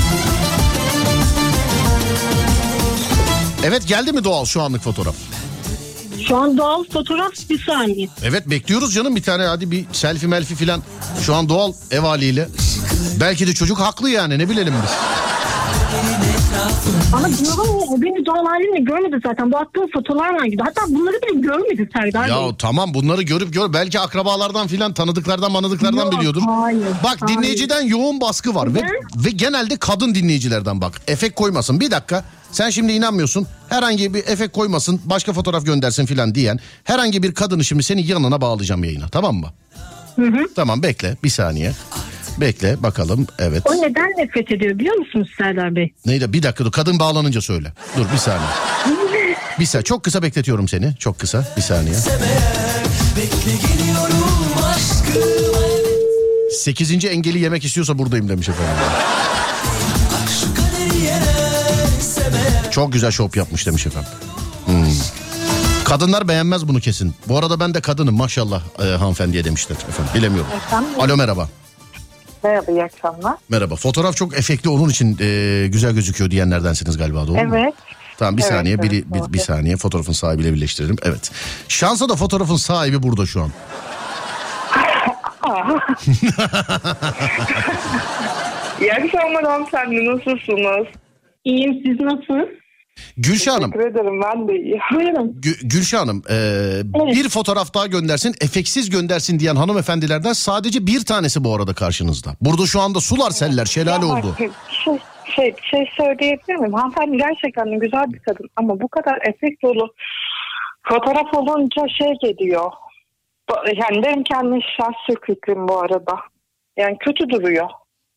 Evet geldi mi doğal şu anlık fotoğraf? Şu an doğal fotoğraf bir saniye. Evet bekliyoruz canım bir tane, hadi bir selfie melfi filan. Şu an doğal ev haliyle. Belki de çocuk haklı yani, ne bilelim biz. Ama bunları beni doğal halimle görmedi zaten. Bu attığım fotoğraflarla gidiyor. Hatta bunları bile görmedi Serdar Bey. Ya tamam bunları görüp gör. Belki akrabalardan filan, tanıdıklardan manıdıklardan Yok, biliyordur. Hayır, bak hayır. Dinleyiciden yoğun baskı var. Ve, ve genelde kadın dinleyicilerden bak. Efekt koymasın. Bir dakika. Sen şimdi inanmıyorsun. Herhangi bir efekt koymasın. Başka fotoğraf göndersin filan diyen. Herhangi bir kadını şimdi senin yanına bağlayacağım yayına. Tamam mı? Hı hı. Tamam bekle bir saniye. Bekle bakalım, evet. O neden nefret ediyor biliyor musunuz Serdar Bey? Neydi? Bir dakika dur, kadın bağlanınca söyle. Dur bir saniye. Bir saniye, çok kısa bekletiyorum seni. Çok kısa bir saniye. Sekizinci engeli yemek istiyorsa buradayım demiş efendim. Çok güzel şop yapmış demiş efendim. Hmm. Kadınlar beğenmez bunu kesin. Bu arada ben de kadınım maşallah e, hanımefendiye demişler efendim. Bilemiyorum. Efendim? Alo merhaba. Merhaba, iyi akşamlar. Merhaba. Fotoğraf çok efektli, onun için e, güzel gözüküyor diyenlerdensiniz galiba, doğru evet. mu? Evet. Tamam bir evet, saniye evet, bir, bir, bir saniye fotoğrafın sahibiyle birleştirelim. Evet. Şansa da fotoğrafın sahibi burada şu an. İyi akşamlar hanımefendi, nasılsınız? İyiyim, siz nasılsınız? Gülşah Hanım. Teşekkür ederim, ben de iyi. Buyurun. Gü- Gülşah Hanım e, Evet. bir fotoğraf daha göndersin, efeksiz göndersin diyen hanımefendilerden sadece bir tanesi bu arada karşınızda. Burada şu anda sular seller şelale Ya bak, oldu. Şey, şey, şey söyleyebilir miyim? Hanımefendi gerçekten de güzel bir kadın ama bu kadar efekt dolu fotoğraf olunca şey geliyor. Yani benim kendi şahsi fikrim bu arada. Yani kötü duruyor.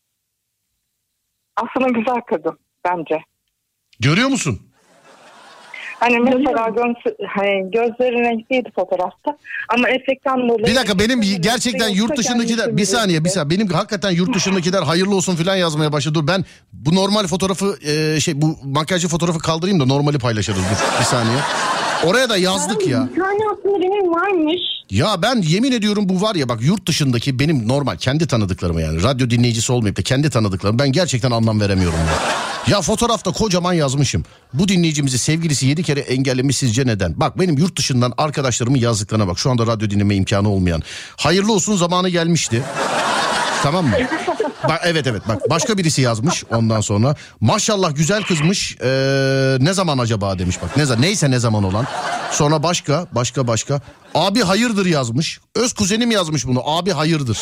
Aslında güzel kadın bence. Görüyor musun? Hani mesela göz, hani gözleri renkliydi fotoğrafta ama efektten dolayı... Bir dakika, benim gerçekten yurt dışındakiler bir saniye bir saniye benim hakikaten yurt dışındakiler hayırlı olsun falan yazmaya başladı. Dur ben bu normal fotoğrafı e, şey bu makyajlı fotoğrafı kaldırayım da normali paylaşırız, dur bir saniye. Oraya da yazdık ya. Bir tane aslında benim varmış. Ya ben yemin ediyorum bu var ya bak, yurt dışındaki benim normal kendi tanıdıklarıma, yani radyo dinleyicisi olmayıp da kendi tanıdıklarım, ben gerçekten anlam veremiyorum ya. Ya fotoğrafta kocaman yazmışım. Bu dinleyicimizi sevgilisi yedi kere engellemiş, sizce neden? Bak benim yurt dışından arkadaşlarımın yazdıklarına bak. Şu anda radyo dinleme imkanı olmayan. Hayırlı olsun zamanı gelmişti. Tamam mı? Bak, evet evet bak başka birisi yazmış ondan sonra. Maşallah güzel kızmış. Ee, ne zaman acaba demiş bak. Ne zaman, neyse ne zaman olan. Sonra başka başka başka. Abi hayırdır yazmış. Öz kuzenim yazmış bunu. Abi hayırdır.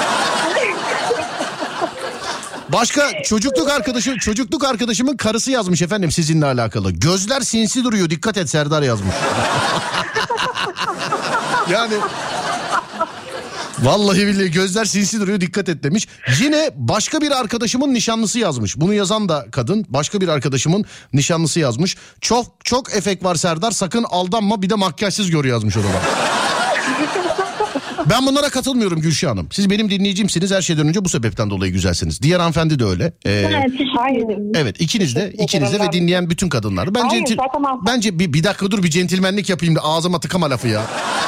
Başka çocukluk arkadaşım, çocukluk arkadaşımın karısı yazmış efendim sizinle alakalı. Gözler sinsi duruyor, dikkat et Serdar yazmış. Yani vallahi billahi gözler sinsi duruyor, dikkat et demiş. Yine başka bir arkadaşımın nişanlısı yazmış. Bunu yazan da kadın, başka bir arkadaşımın nişanlısı yazmış. Çok çok efekt var Serdar, sakın aldanma, bir de makyajsız gör yazmış o da. Ben bunlara katılmıyorum Gülşah Hanım. Siz benim dinleyicimsiniz, her şeyden önce bu sebepten dolayı güzelsiniz. Diğer hanımefendi de öyle. Ee, Evet, teşekkür ederim. evet ikiniz de ikiniz de ve dinleyen bütün kadınlar. Ben Hayır, centil, zaten ben- bence bir, bir dakika dur bir centilmenlik yapayım da ağzıma tıkama lafı ya.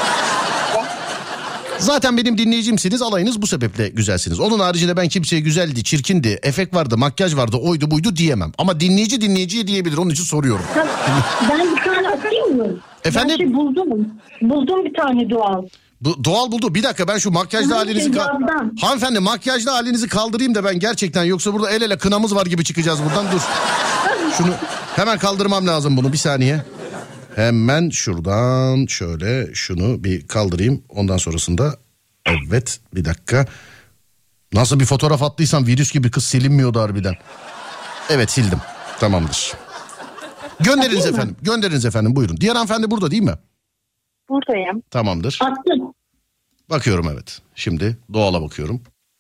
Zaten benim dinleyicimsiniz, alayınız bu sebeple güzelsiniz. Onun haricinde ben kimseye güzeldi, çirkindi, efekt vardı, makyaj vardı, oydu buydu diyemem. Ama dinleyici dinleyiciye diyebilir, onun için soruyorum. Ben bir tane atayım mı? Efendim? Ben şey buldum. Buldum bir tane doğal. Bu, doğal buldu. Bir dakika ben şu makyajlı Hı, halinizi... Ka- yazdan. Hanımefendi makyajlı halinizi kaldırayım da ben gerçekten, yoksa burada el ele kınamız var gibi çıkacağız buradan, dur. Şunu hemen kaldırmam lazım, bunu bir saniye. Hemen şuradan şöyle şunu bir kaldırayım. Ondan sonrasında evet bir dakika. Nasıl bir fotoğraf attıysam virüs gibi kız silinmiyordu harbiden. Evet sildim. Tamamdır. Gönderiniz efendim. Gönderiniz efendim buyurun. Diğer hanımefendi burada değil mi? Buradayım. Tamamdır. Attım. Bakıyorum evet. Şimdi doğala bakıyorum.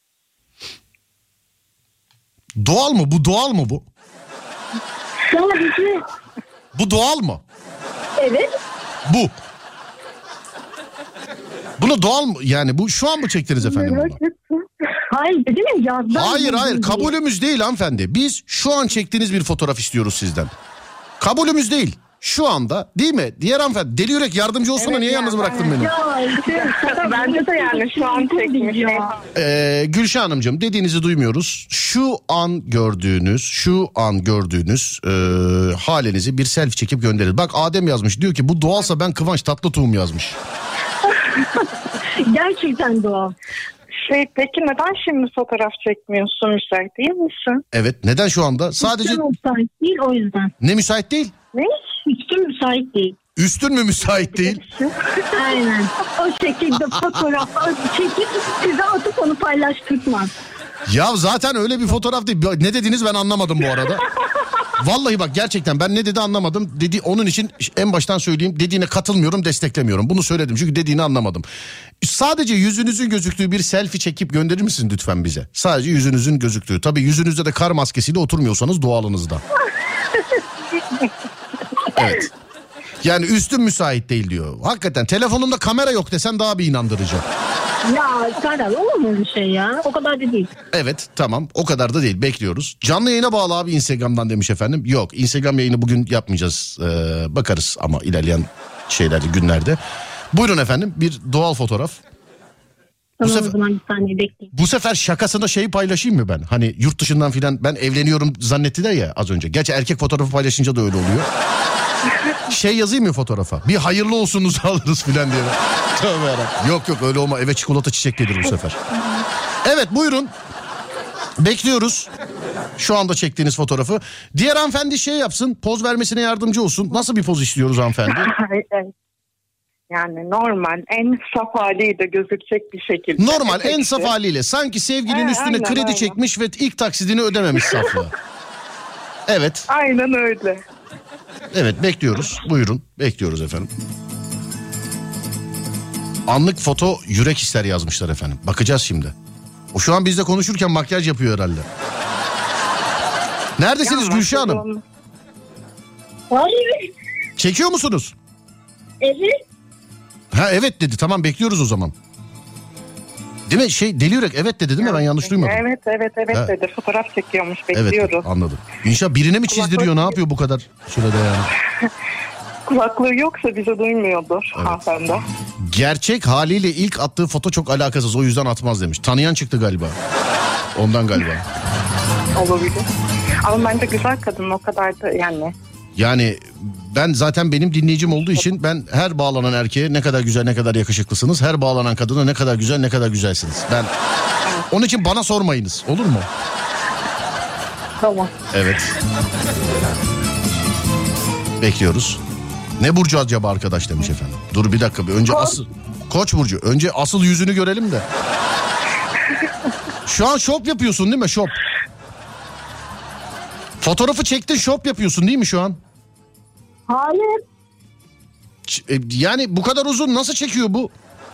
Doğal mı? Bu doğal mı bu? Sadece Bu doğal mı? evet. Bu. Bunu doğal mı? Yani bu şu an mı çektiniz efendim bunu? Hayır dedim ya yazdan. Hayır buldum hayır diye. kabulümüz değil hanımefendi. Biz şu an çektiğiniz bir fotoğraf istiyoruz sizden. Kabulümüz değil. Şu anda değil mi? Diğer hanımefendi deli yürek yardımcı olsana, Evet niye ya, yalnız bıraktın beni? Ya işte, Bence de yani şu an çekmiş. Ya. Ee, Gülşah Hanımcığım dediğinizi duymuyoruz. Şu an gördüğünüz, şu an gördüğünüz e, halinizi bir selfie çekip gönderin. Bak Adem yazmış, diyor ki bu doğalsa ben Kıvanç Tatlıtuğ'um yazmış. Gerçekten doğal. Şey, peki neden şimdi fotoğraf çekmiyorsun, müsait değil misin? Evet neden şu anda? Sadece Üstüm müsait değil o yüzden. ne müsait değil? Ne? Üstüm müsait değil. Üstün mü müsait değil? Aynen. O şekilde fotoğraf çekip size atıp onu paylaştırmam. Ya zaten öyle bir fotoğraf değil. Ne dediniz ben anlamadım bu arada. Vallahi bak gerçekten ben ne dedi anlamadım. Dedi, onun için en baştan söyleyeyim, dediğine katılmıyorum, desteklemiyorum. Bunu söyledim çünkü dediğini anlamadım. Sadece yüzünüzün gözüktüğü bir selfie çekip gönderir misin lütfen bize? Sadece yüzünüzün gözüktüğü. Tabii yüzünüzde de kar maskesiyle oturmuyorsanız doğalınızda. Evet. Yani üstün müsait değil diyor. Hakikaten telefonunda kamera yok desen daha bir inandırıcı. Ya Serdar olur mu bir şey ya? O kadar da değil. Evet tamam, o kadar da değil, bekliyoruz. Canlı yayına bağlı abi Instagram'dan demiş efendim. Yok, Instagram yayını bugün yapmayacağız. Ee, bakarız ama ilerleyen şeylerde, günlerde. Buyurun efendim, bir doğal fotoğraf. Bu Tamam sefer- o zaman bir saniye bekleyin. Bu sefer şakasında şeyi paylaşayım mı ben? Hani yurt dışından filan ben evleniyorum zannettiler ya az önce. Gerçi erkek fotoğrafı paylaşınca da öyle oluyor. Şey yazayım mı fotoğrafa? Bir hayırlı olsunuzu alırız filan diye. Tövbe yarabbim. Yok yok öyle olma, eve çikolata çiçek gelir bu sefer. Evet buyurun. Bekliyoruz. Şu anda çektiğiniz fotoğrafı. Diğer hanımefendi şey yapsın, poz vermesine yardımcı olsun. Nasıl bir poz istiyoruz hanımefendi? Evet. Yani normal en saf haliyle gözükecek bir şekilde. Normal en Efekti. saf haliyle. Sanki sevgilinin He, üstüne aynen, kredi aynen. çekmiş ve ilk taksidini ödememiş safla. Evet. Aynen öyle. Evet, bekliyoruz. Buyurun. Bekliyoruz efendim. Anlık foto yürek ister yazmışlar efendim. Bakacağız şimdi. O şu an bizle konuşurken makyaj yapıyor herhalde. Neredesiniz Ya, Gülşah Hanım? bakalım. Hayır. Çekiyor musunuz? Evet. Ha evet dedi. Tamam, bekliyoruz o zaman. Değil mi? Şey Deli Yürek evet dedi değil mi? Ben yanlış duymadım. Evet evet evet Ha. dedi. Fotoğraf çekiyormuş, Evet, bekliyoruz. anladım. İnşallah birine mi çizdiriyor? Ne yapıyor bu kadar sürede yani? Kulaklığı yoksa bizi duymuyordur Evet. hanımefendi. Gerçek haliyle ilk attığı foto çok alakasız, o yüzden atmaz demiş. Tanıyan çıktı galiba. Ondan galiba. Olabilir. Ama bence güzel kadın, o kadar da yani. Yani ben zaten benim dinleyicim olduğu için ben her bağlanan erkeğe ne kadar güzel, ne kadar yakışıklısınız. Her bağlanan kadına ne kadar güzel, ne kadar güzelsiniz. Ben onun için bana sormayınız, olur mu? Tamam. Evet. Bekliyoruz. Ne burcu acaba arkadaş demiş efendim. Dur bir dakika, bir önce Koç. asıl Koç burcu. Önce asıl yüzünü görelim de. Şu an şop yapıyorsun değil mi? Şop. Fotoğrafı çektin, şop yapıyorsun değil mi şu an? Hayır. Ç- e, Yani bu kadar uzun nasıl çekiyor bu?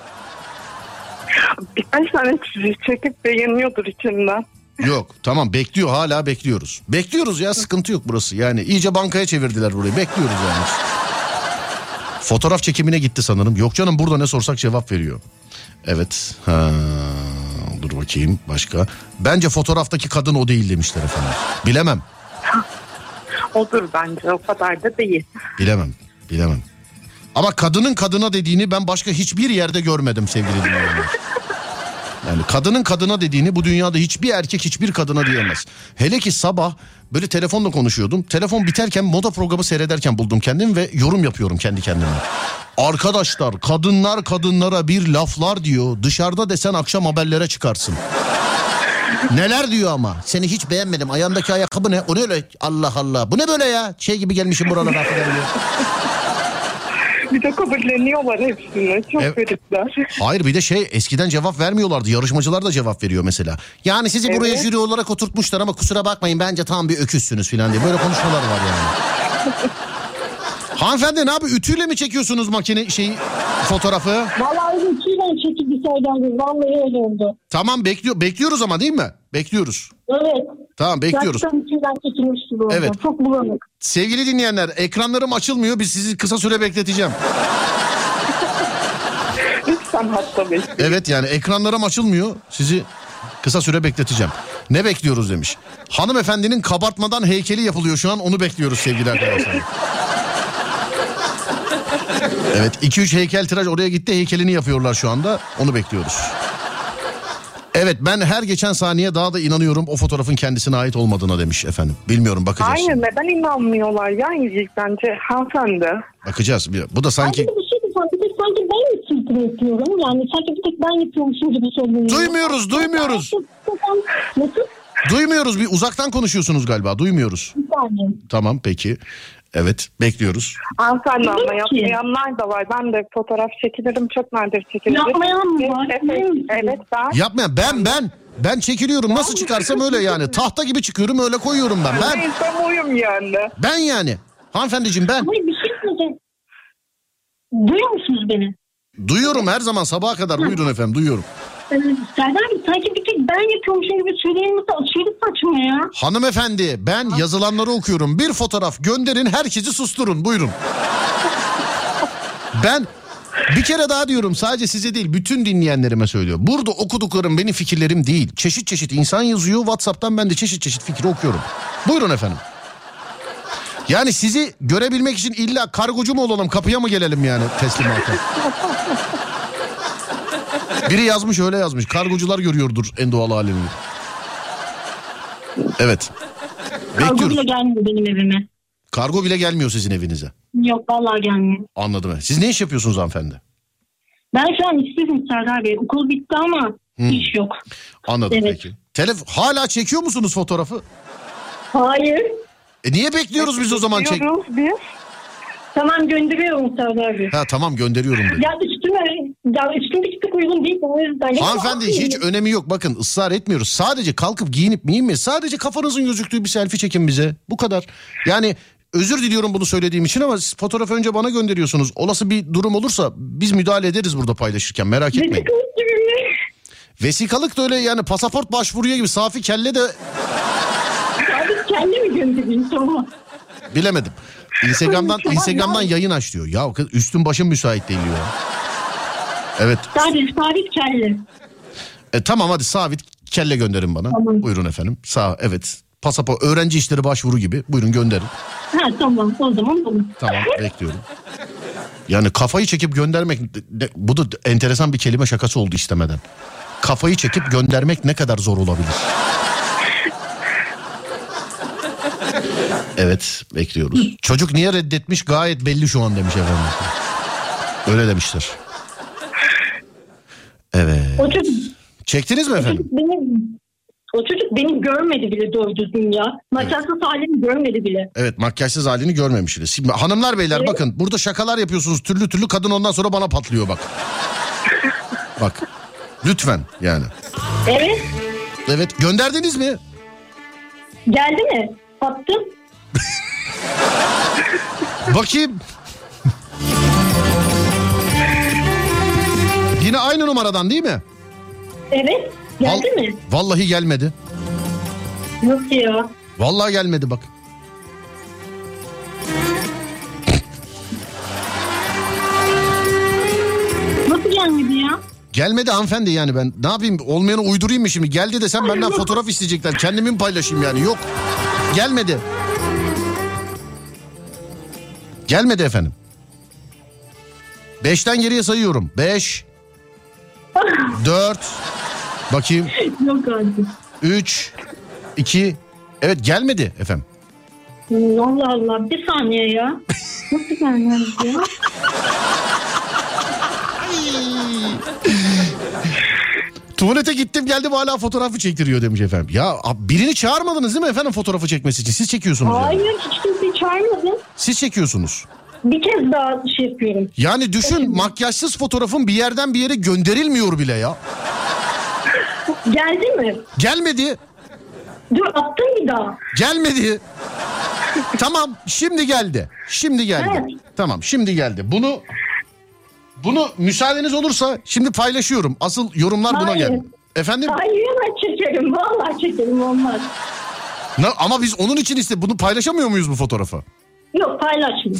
Birkaç tane çizik çekip beğeniyordur içinden. Yok, tamam, bekliyor, hala bekliyoruz. Bekliyoruz ya, sıkıntı yok burası. Yani iyice bankaya çevirdiler burayı. Bekliyoruz yani. Fotoğraf çekimine gitti sanırım. Yok canım, burada ne sorsak cevap veriyor. Evet. Ha, dur bakayım başka. Bence fotoğraftaki kadın o değil demişler efendim. Bilemem. Odur bence, o kadar da değil. Bilemem. Bilemem. Ama kadının kadına dediğini ben başka hiçbir yerde görmedim sevgili dinleyenler. Yani kadının kadına dediğini bu dünyada hiçbir erkek hiçbir kadına diyemez. Hele ki sabah böyle telefonla konuşuyordum. Telefon biterken moda programı seyrederken buldum kendimi ve yorum yapıyorum kendi kendime. Arkadaşlar, kadınlar kadınlara bir laflar diyor. Dışarıda desen akşam haberlere çıkarsın. Neler diyor ama. Seni hiç beğenmedim. Ayağındaki ayakkabı ne? O ne öyle? Allah Allah. Bu ne böyle ya? Şey gibi gelmişim buralara. Bir de kabulleniyorlar hepsini. Çok Evet. garipler. Hayır, bir de şey, eskiden cevap vermiyorlardı. Yarışmacılar da cevap veriyor mesela. Yani sizi buraya Evet. jüri olarak oturtmuşlar ama kusura bakmayın bence tam bir öküzsünüz falan diye. Böyle konuşmalar var yani. Hanımefendi ne yapıyor? Ütüyle mi çekiyorsunuz makine şeyi, fotoğrafı? Vallahi üçüyle çekip bir saydan. Vallahi öyle oldu. Tamam, bekliyor bekliyoruz ama değil mi? Bekliyoruz. Evet. Tamam, bekliyoruz. Gerçekten içinden çekilmiş gibi oldu. Evet. Çok bulanık. Sevgili dinleyenler, ekranlarım açılmıyor. Biz sizi kısa süre bekleteceğim. Lütfen hatta bekleyin. Evet, yani ekranlarım açılmıyor. Sizi kısa süre bekleteceğim. Ne bekliyoruz demiş. Hanımefendinin kabartmadan heykeli yapılıyor şu an, onu bekliyoruz sevgili arkadaşlar. Evet, iki üç heykeltıraş oraya gitti, heykelini yapıyorlar şu anda, onu bekliyoruz. Evet, ben her geçen saniye daha da inanıyorum o fotoğrafın kendisine ait olmadığına demiş efendim. Bilmiyorum, bakacağız. Hayır, şimdi. neden inanmıyorlar ya bence hanımefendi? Bakacağız. Bir- Bu da sanki... Sanki bir şey diyeceğim. Bir tek sanki ben mi filtre yapıyorum? Yani sanki bir tek ben yapıyormuşum gibi söylüyorum. Duymuyoruz, duymuyoruz. Nasıl? Duymuyoruz, bir uzaktan konuşuyorsunuz galiba, duymuyoruz. Bir saniye. Tamam, peki. Evet, bekliyoruz. Hanımefendi ama Bilmiyorum ki. yapmayanlar da var. Ben de fotoğraf çekilirim, çok nadir çekilirim. Yapmayan mı var? Evet, Bilmiyorum ki. evet ben. Yapmayan ben ben ben çekiliyorum, nasıl çıkarsam öyle yani. Tahta gibi çıkıyorum, öyle koyuyorum ben. Ben Neyse oyum yani. ben yani. Hanımefendiciğim ben. Hayır, bir şey söyleyeceğim. Duyuyor musunuz beni? Duyuyorum her zaman sabaha kadar. Buyurun efendim, duyuyorum. Ee, Serdar Bey, sanki bir tek ben yapıyormuşum gibi söyleyenimizi aşırı saçma ya. Hanımefendi, ben yazılanları okuyorum. Bir fotoğraf gönderin, herkesi susturun. Buyurun. Ben bir kere daha diyorum, sadece size değil bütün dinleyenlerime söylüyorum. Burada okuduklarım benim fikirlerim değil. Çeşit çeşit insan yazıyor WhatsApp'tan, ben de çeşit çeşit fikri okuyorum. Buyurun efendim. Yani sizi görebilmek için illa kargocu mu olalım, kapıya mı gelelim yani teslimata? Biri yazmış, öyle yazmış. Kargocular görüyordur en doğal halini. Evet. Kargo Bekliyoruz. bile gelmiyor benim evime. Kargo bile gelmiyor sizin evinize. Yok, vallahi gelmiyor. Anladım. Siz ne iş yapıyorsunuz hanımefendi? Ben şu an işsizim Serdar Bey. Okul bitti ama Hmm. iş yok. Anladım Evet. peki. Telef hala çekiyor musunuz fotoğrafı? Hayır. E niye bekliyoruz biz o zaman? Çek... Diyoruz biz. Tamam gönderiyorum Serdar Bey. Ha tamam gönderiyorum dedi. Ya üstüme, ya üstümdeki tık uygun değil o yüzden. Ya Hanımefendi hiç önemi yok, bakın ısrar etmiyoruz. Sadece kalkıp giyinip miyim sadece kafanızın gözüktüğü bir selfie çekin bize. Bu kadar. Yani özür diliyorum bunu söylediğim için ama siz fotoğrafı önce bana gönderiyorsunuz. Olası bir durum olursa biz müdahale ederiz burada paylaşırken, merak etmeyin. Vesikalık gibi mi? Vesikalık da öyle yani, pasaport başvuruyor gibi, safi kelle de Abi kendi mi göndereyim tamam. bilemedim. Instagram'dan Tamam, Instagram'dan ya. yayın aç diyor. Ya kız üstün başım müsait değil diyor. Evet. Sadece sabit kelle. E, tamam hadi sabit kelle gönderin bana. Tamam. Buyurun efendim. Sağ evet. Pasaport, öğrenci işleri başvuru gibi. Buyurun gönderin. Ha tamam o zaman olur. Tamam bekliyorum. Yani kafayı çekip göndermek, de- bu da enteresan bir kelime şakası oldu istemeden. Kafayı çekip göndermek ne kadar zor olabilir? Evet bekliyoruz. Çocuk niye reddetmiş gayet belli şu an demiş efendim. Öyle demişler. Evet. O çocuk, Çektiniz mi o efendim? çocuk benim, o çocuk beni görmedi bile doğru düzgün ya. Makyajsız halini görmedi bile. Evet, makyajsız halini görmemişsiniz. Şimdi, hanımlar beyler Evet. bakın burada şakalar yapıyorsunuz türlü türlü, kadın ondan sonra bana patlıyor bak. Bak lütfen yani. Evet. Evet, gönderdiniz mi? Geldi mi? Attım. Bakayım. Yine aynı numaradan değil mi? Evet. Geldi Val- mi? Vallahi gelmedi. Nasıl ya? Vallahi gelmedi bak. Nasıl gelmedi ya? Gelmedi hanımefendi, yani ben ne yapayım, olmayanı uydurayım mı şimdi? Geldi desem benden fotoğraf isteyecekler, kendimi mi paylaşayım yani? Yok, gelmedi. Gelmedi efendim. Beşten geriye sayıyorum. Beş, dört, bakayım, Yok artık. üç, iki, evet gelmedi efendim. Allah Allah bir saniye ya. Nasıl gelmedi ya? Tuvalete gittim geldim hala fotoğrafı çektiriyor demiş efendim. Ya birini çağırmadınız değil mi efendim fotoğrafı çekmesi için? Siz çekiyorsunuz yani. Hayır hiç kimseyi çağırmadım. Siz çekiyorsunuz. Bir kez daha şey yapıyorum. Yani düşün, makyajsız fotoğrafın bir yerden bir yere gönderilmiyor bile ya. Geldi mi? Gelmedi. Dur attım bir daha. Gelmedi. Tamam şimdi geldi. Şimdi geldi. Evet. Tamam şimdi geldi. Bunu bunu müsaadeniz olursa şimdi paylaşıyorum. Asıl yorumlar buna Hayır. geldi. Efendim? Hayır hemen çekerim. Vallahi çekerim olmaz. Ne, ama biz onun için iste bunu paylaşamıyor muyuz bu fotoğrafı? Yok paylaşma.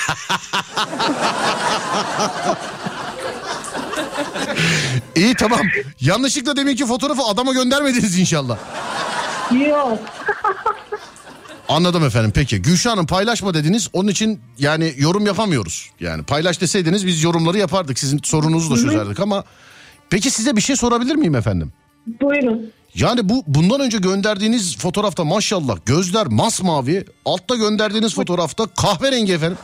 İyi tamam. Yanlışlıkla deminki fotoğrafı adama göndermediniz inşallah. Yok. Anladım efendim, peki. Gülşah Hanım paylaşma dediniz, onun için yani yorum yapamıyoruz. Yani paylaş deseydiniz biz yorumları yapardık, sizin sorunuzu da çözerdik ama... Peki size bir şey sorabilir miyim efendim? Buyurun. Yani bu bundan önce gönderdiğiniz fotoğrafta maşallah gözler masmavi, altta gönderdiğiniz fotoğrafta kahverengi efendim.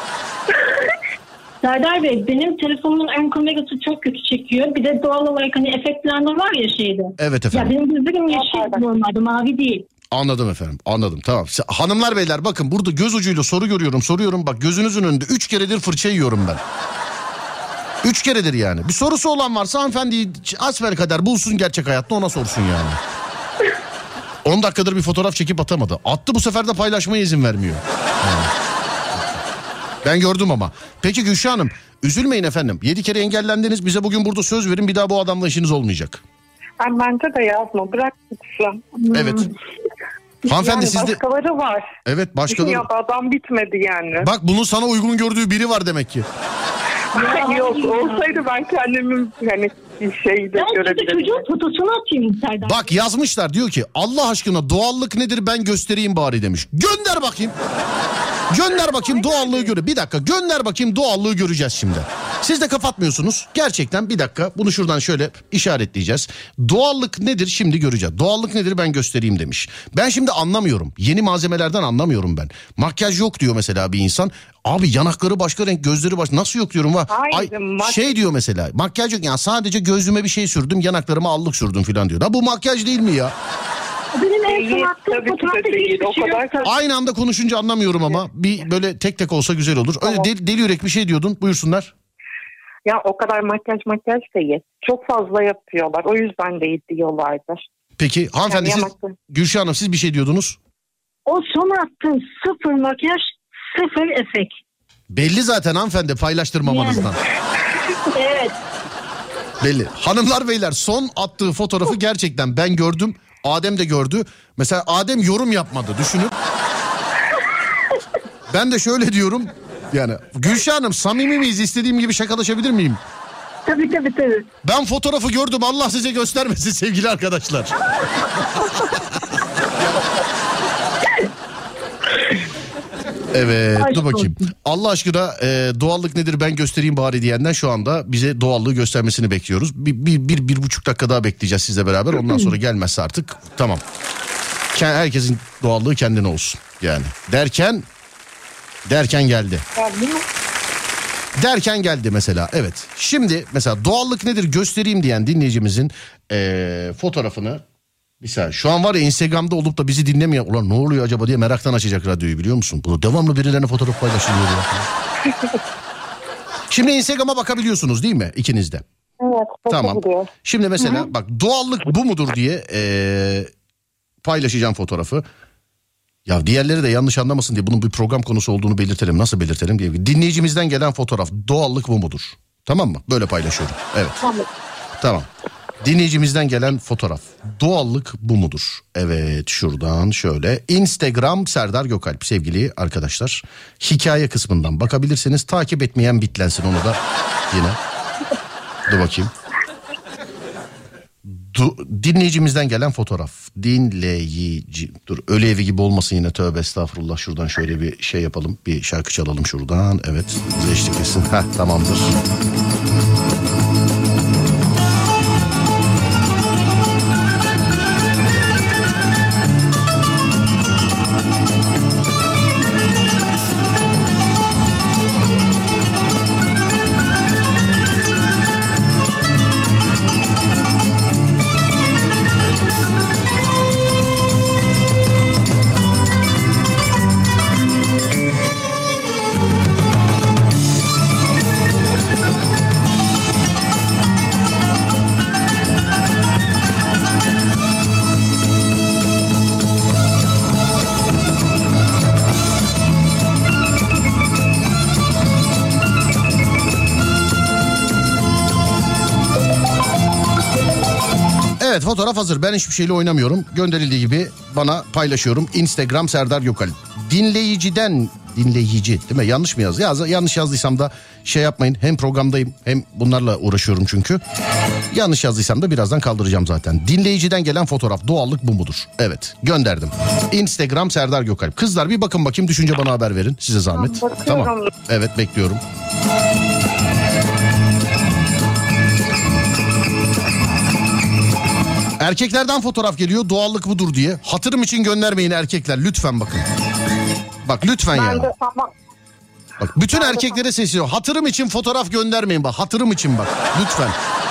Serdar Bey benim telefonumun ön kamerası çok kötü çekiyor. Bir de doğal olarak hani efektlendir var ya şeyde. Evet Ya efendim. benim gözlerim yeşil normalde mavi değil. Anladım efendim, anladım, tamam. Hanımlar beyler bakın burada göz ucuyla soru görüyorum, soruyorum, bak gözünüzün önünde üç keredir fırça yiyorum ben. Üç keredir yani. Bir sorusu olan varsa hanımefendiyi asbelkader bulsun gerçek hayatta, ona sorsun yani. on dakikadır bir fotoğraf çekip atamadı. Attı, bu sefer de paylaşmaya izin vermiyor. Yani. Ben gördüm ama. Peki Gülşah Hanım üzülmeyin efendim. Yedi kere engellendiniz, bize bugün burada söz verin, bir daha bu adamla işiniz olmayacak. Ben bence de yazma, bırak gitsin. Evet. Hanımefendi Yani sizde... başkaları var. Evet başkaları... Ya adam bitmedi yani. Bak bunun sana uygun gördüğü biri var demek ki. Yok olsaydı ben kendimi hani şeyde Ben size görebilirim. çocuğun fotosunu atayım Serdar. Bak yazmışlar, diyor ki Allah aşkına doğallık nedir ben göstereyim bari demiş. Gönder bakayım. Gönder bakayım doğallığı göre. Bir dakika gönder bakayım, doğallığı göreceğiz şimdi. Siz de kapatmıyorsunuz. Gerçekten bir dakika bunu şuradan şöyle işaretleyeceğiz. Doğallık nedir şimdi göreceğiz. Doğallık nedir ben göstereyim demiş. Ben şimdi anlamıyorum. Yeni malzemelerden anlamıyorum ben. Makyaj yok diyor mesela bir insan. Abi yanakları başka renk, gözleri başka, nasıl yok diyorum var. Hayır, Ay, mak- şey diyor mesela, makyaj yok yani, sadece gözüme bir şey sürdüm, yanaklarıma allık sürdüm falan diyor. Da bu makyaj değil mi ya? Benim en son Değil, attığım tabii ki de fotoğrafta değil. hiçbir O şey kadar yok. tabii. Aynı anda konuşunca anlamıyorum ama bir böyle tek tek olsa güzel olur. Öyle Tamam. deli, deli yürek bir şey diyordun. Buyursunlar. Ya o kadar makyaj makyaj değil. Çok fazla yapıyorlar. O yüzden değil diyorlardır. Peki hanımefendi Yani siz yamaklı. Gülşah Hanım siz bir şey diyordunuz. O son attığım sıfır makyaj, sıfır efekt. Belli zaten hanımefendi paylaştırmamanızdan. Evet. Belli. Hanımlar beyler son attığı fotoğrafı gerçekten ben gördüm. Adem de gördü. Mesela Adem yorum yapmadı düşünün. Ben de şöyle diyorum. Yani Gülşah Hanım samimi miyiz? İstediğim gibi şakalaşabilir miyim? Tabii tabii tabii. Ben fotoğrafı gördüm. Allah size göstermesin sevgili arkadaşlar. Evet Aşk dur bakayım. olsun. Allah aşkına e, doğallık nedir ben göstereyim bari diyenden şu anda bize doğallığı göstermesini bekliyoruz. Bir, bir, bir, bir buçuk dakika daha bekleyeceğiz sizle beraber. Ondan sonra gelmezse artık tamam. Ke- Herkesin doğallığı kendine olsun yani. Derken derken geldi. Ya, değil mi? Derken geldi mesela evet. Şimdi mesela doğallık nedir göstereyim diyen dinleyicimizin e, fotoğrafını bir saniye. Şu an var ya Instagram'da olup da bizi dinlemiyor. Ulan ne oluyor acaba diye meraktan açacak radyoyu biliyor musun? Bunu devamlı birilerine fotoğraf paylaşılıyor. Şimdi Instagram'a bakabiliyorsunuz değil mi ikiniz de? Evet. Tamam. bakabiliyor. Şimdi mesela bak doğallık bu mudur diye e, paylaşacağım fotoğrafı. Ya diğerleri de yanlış anlamasın diye bunun bir program konusu olduğunu belirtelim. Nasıl belirtelim diye. Dinleyicimizden gelen fotoğraf doğallık bu mudur? Tamam mı? Böyle paylaşıyorum. Evet. Tamam. Tamam. Dinleyicimizden gelen fotoğraf. Doğallık bu mudur? Evet şuradan şöyle. Instagram Serdar Gökalp sevgili arkadaşlar. Hikaye kısmından bakabilirsiniz. Takip etmeyen bitlensin onu da yine. Dur bakayım. Du- dinleyicimizden gelen fotoğraf. Dinleyici. Dur öyle evi gibi olmasın yine tövbe estağfurullah. Şuradan şöyle bir şey yapalım. Bir şarkı çalalım şuradan. Evet. Bize eşlik etsin. Heh tamamdır. Evet fotoğraf hazır. Ben hiçbir şeyle oynamıyorum. Gönderildiği gibi bana paylaşıyorum. Instagram Serdar Gökalp. Dinleyiciden dinleyici değil mi? Yanlış mı yazdı? Yaz, yanlış yazdıysam da şey yapmayın. Hem programdayım hem bunlarla uğraşıyorum çünkü. Yanlış yazdıysam da birazdan kaldıracağım zaten. Dinleyiciden gelen fotoğraf doğallık bu mudur? Evet gönderdim. Instagram Serdar Gökalp. Kızlar bir bakın bakayım düşünce bana haber verin. Size zahmet. Tamam, bakıyorum. Tamam. Evet bekliyorum. Erkeklerden fotoğraf geliyor doğallık budur diye. Hatırım için göndermeyin erkekler lütfen bakın. Bak lütfen Ben ya. de tamam. Bak bütün erkeklere sesleniyor. Hatırım için fotoğraf göndermeyin bak. Hatırım için bak lütfen.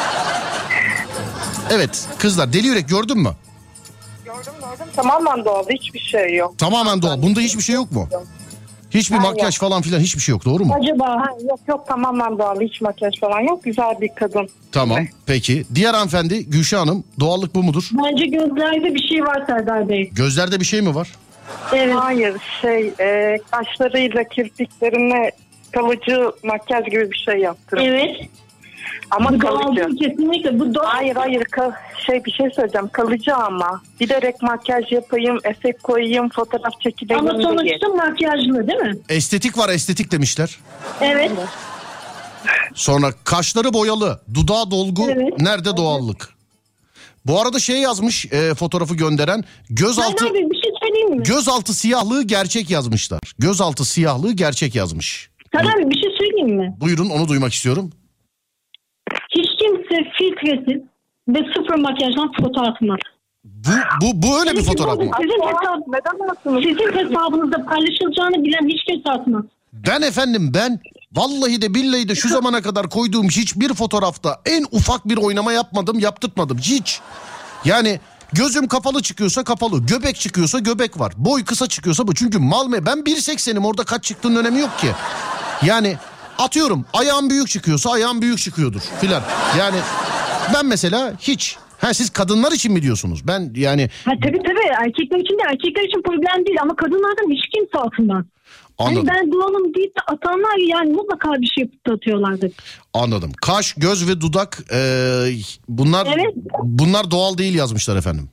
Evet kızlar deli yürek gördün mü? Gördüm gördüm. Tamamen doğal. Hiçbir şey yok. Tamamen doğal. Bunda hiçbir şey yok mu? Hiçbir Ben makyaj falan filan hiçbir şey yok doğru mu? Acaba Ha, yok yok tamamen doğal. Hiç makyaj falan yok. Güzel bir kadın. Tamam peki. Diğer hanımefendi Gülşah Hanım doğallık bu mudur? bence gözlerde bir şey var Serdar Bey. Gözlerde bir şey mi var? Evet. Hayır şey e, kaşlarıyla kirpiklerine kalıcı makyaj gibi bir şey yaptırım. Evet. Ama Bu kalıcı. doğal değil, kesinlikle. Bu doğal. Hayır hayır ka- şey bir şey söyleyeceğim. Kalıcı ama. Bilerek makyaj yapayım, efekt koyayım, fotoğraf çekileyim Ama diye. sonuçta makyajlı değil mi? Estetik var estetik demişler. Evet. Sonra kaşları boyalı, dudağı dolgu, Evet. nerede doğallık? Bu arada şey yazmış e, fotoğrafı gönderen gözaltı Serdar Bey bir şey söyleyeyim mi? gözaltı siyahlığı gerçek yazmışlar. Gözaltı siyahlığı gerçek yazmış. Serdar Bey bir şey söyleyeyim mi? Buyurun onu duymak istiyorum. Hiç kimse filtresiz ve sıfır makyajdan foto atmaz. Bu bu bu öyle bir fotoğraf mı? Sizin, hesab Neden atıyorsunuz? sizin hesabınızda paylaşılacağını bilen hiç kimse atmaz. Ben efendim ben vallahi de billahi de şu zamana kadar koyduğum hiçbir fotoğrafta en ufak bir oynama yapmadım, yaptırtmadım hiç. Yani Gözüm kapalı çıkıyorsa kapalı. Göbek çıkıyorsa göbek var. Boy kısa çıkıyorsa bu. Çünkü mal mı? Ben bir seksenim, orada kaç çıktığının önemi yok ki. Yani atıyorum ayağım büyük çıkıyorsa ayağım büyük çıkıyordur filan. Yani ben mesela hiç... Ha siz kadınlar için mi diyorsunuz? Ben yani... Ha, tabii tabii erkekler için de, erkekler için problem değil ama kadınlardan hiç kimse atmaz. Anladım. Hani ben doğalım deyip de atanlar yani mutlaka bir şey yapıp da atıyorlardır. Anladım. Kaş, göz ve dudak e, bunlar Evet. bunlar doğal değil yazmışlar efendim.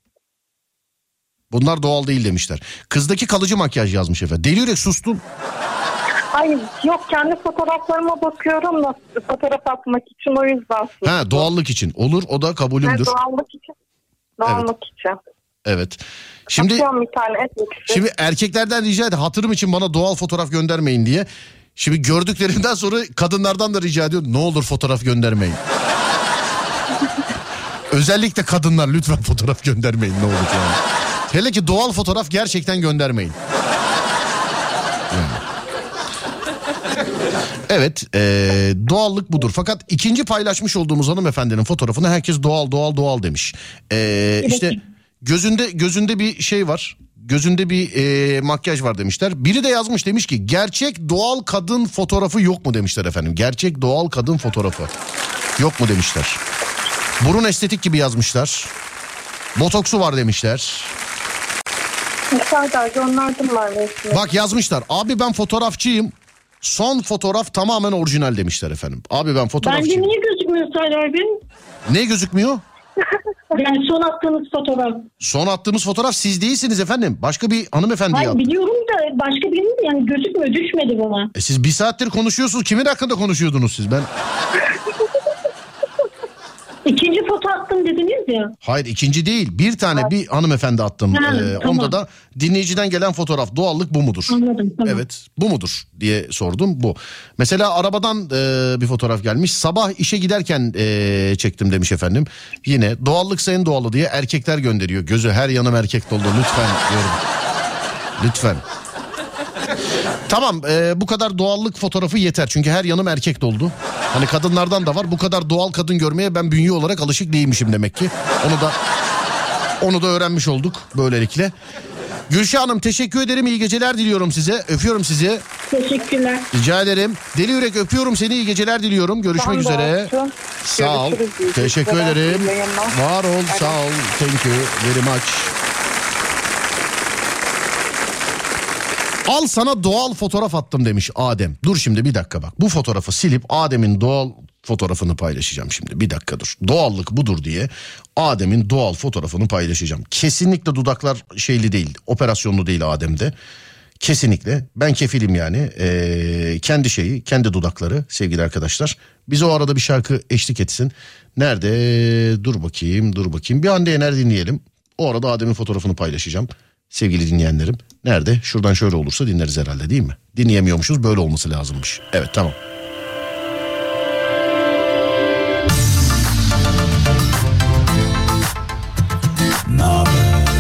Bunlar doğal değil demişler. Kızdaki kalıcı makyaj yazmış efendim. Deli yürek sustun. Ay yok, kendi fotoğraflarıma bakıyorum da fotoğraf atmak için, o yüzden. Ha, doğallık için. Olur, o da kabulümdür. Evet, doğallık için. Doğallık evet. için. Evet. Şimdi Atıyorum bir tane etmek. Şimdi erkeklerden rica et, hatırım için bana doğal fotoğraf göndermeyin diye. Şimdi gördüklerimden sonra kadınlardan da rica ediyorum. Ne olur fotoğraf göndermeyin. Özellikle kadınlar lütfen fotoğraf göndermeyin ne olur yani. Hele ki doğal fotoğraf gerçekten göndermeyin. Yani. Evet, ee, doğallık budur. Fakat ikinci paylaşmış olduğumuz hanımefendinin fotoğrafını herkes doğal doğal doğal demiş. Ee, işte gözünde gözünde bir şey var. Gözünde bir e, makyaj var demişler. Biri de yazmış, demiş ki gerçek doğal kadın fotoğrafı yok mu demişler efendim. Gerçek doğal kadın fotoğrafı yok mu demişler. Burun estetik gibi yazmışlar. Botoksu var demişler. Bak yazmışlar. Abi ben fotoğrafçıyım. Son fotoğraf tamamen orijinal demişler efendim. Abi ben fotoğrafçıyım. Bence niye gözükmüyor Serdar Bey? Ne gözükmüyor? Yani son attığınız fotoğraf. Son attığımız fotoğraf siz değilsiniz efendim. Başka bir hanımefendi Hayır, yaptı. biliyorum da başka birinin de yani gözükmüyor, düşmedi bana. E siz bir saattir konuşuyorsunuz. Kimin hakkında konuşuyordunuz siz? Ben... İkinci foto attım dediniz ya. Hayır, ikinci değil. Bir tane evet. bir hanımefendi attım. Ha, ee, tamam. Onda da dinleyiciden gelen fotoğraf. Doğallık bu mudur? Anladım, tamam. Evet, bu mudur diye sordum. Bu. Mesela arabadan e, bir fotoğraf gelmiş. Sabah işe giderken e, çektim demiş efendim. Yine doğallıksa en doğalı diye erkekler gönderiyor. Gözü her yanım erkek dolu. Lütfen diyorum. Lütfen. Tamam, e, bu kadar doğallık fotoğrafı yeter. Çünkü her yanım erkek doldu. Hani kadınlardan da var. Bu kadar doğal kadın görmeye ben bünye olarak alışık değilmişim demek ki. Onu da onu da öğrenmiş olduk böylelikle. Gülşah Hanım teşekkür ederim. İyi geceler diliyorum size. Öpüyorum sizi. Teşekkürler. Rica ederim. Deli yürek öpüyorum seni. İyi geceler diliyorum. Görüşmek ben üzere. Sağ ol. Teşekkür ederim. Var ol. Sağ ol. Thank you very much. Al sana doğal fotoğraf attım demiş Adem. Dur şimdi bir dakika bak. Bu fotoğrafı silip Adem'in doğal fotoğrafını paylaşacağım şimdi. Bir dakika dur. Doğallık budur diye Adem'in doğal fotoğrafını paylaşacağım. Kesinlikle dudaklar şeyli değil. Operasyonlu değil Adem'de. Kesinlikle. Ben kefilim yani. Ee, kendi şeyi, kendi dudakları sevgili arkadaşlar. Bize o arada bir şarkı eşlik etsin. Nerede? Dur bakayım, dur bakayım. Bir Hande Yener dinleyelim. O arada Adem'in fotoğrafını paylaşacağım. Sevgili dinleyenlerim. Nerede? Şuradan şöyle olursa dinleriz herhalde değil mi? Dinleyemiyormuşuz, böyle olması lazımmış. Evet, tamam. Ne haber?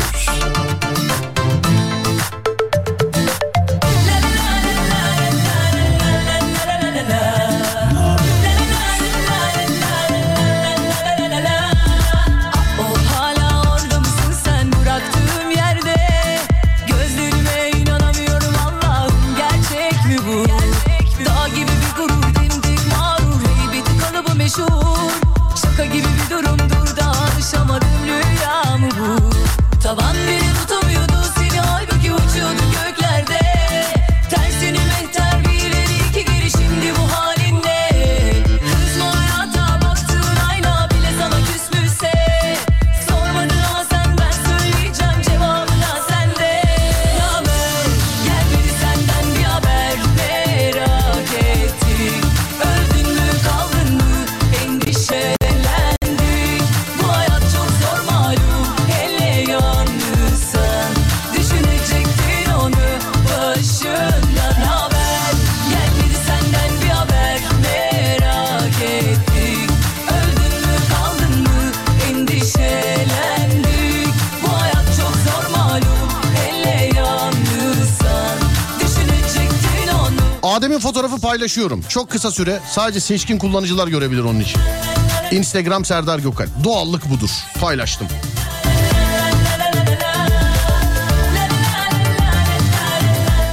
Şaka gibi bir durumdur da alışamadım, rüya mı bu? Tavan beni tutamıyordu seni, halbuki uçuyordun göklerde. Tersini mehter bir ileri iki geri, şimdi bu halinle. Kızma hayata, baktığın ayna bile sana küsmüşse. Sormadın ama sen, ben söyleyeceğim cevabına sende. Ne haber? Gelmedi senden bir haber, merak ettik. Öldün mü kaldın mı? Endişelendik. Bu hayat çok zor malum, hele yalnızsan. Düşünecektin onu başından. Haber gelmedi senden bir haber, merak ettik. Öldün mü kaldın mı? Endişelendik. Bu hayat çok zor malum, hele yalnızsan. Düşünecektin onu. Adem'in fotoğrafı paylaşıyorum. Çok kısa süre, sadece seçkin kullanıcılar görebilir onun için. Instagram Serdar Gökalp. Doğallık budur. Paylaştım.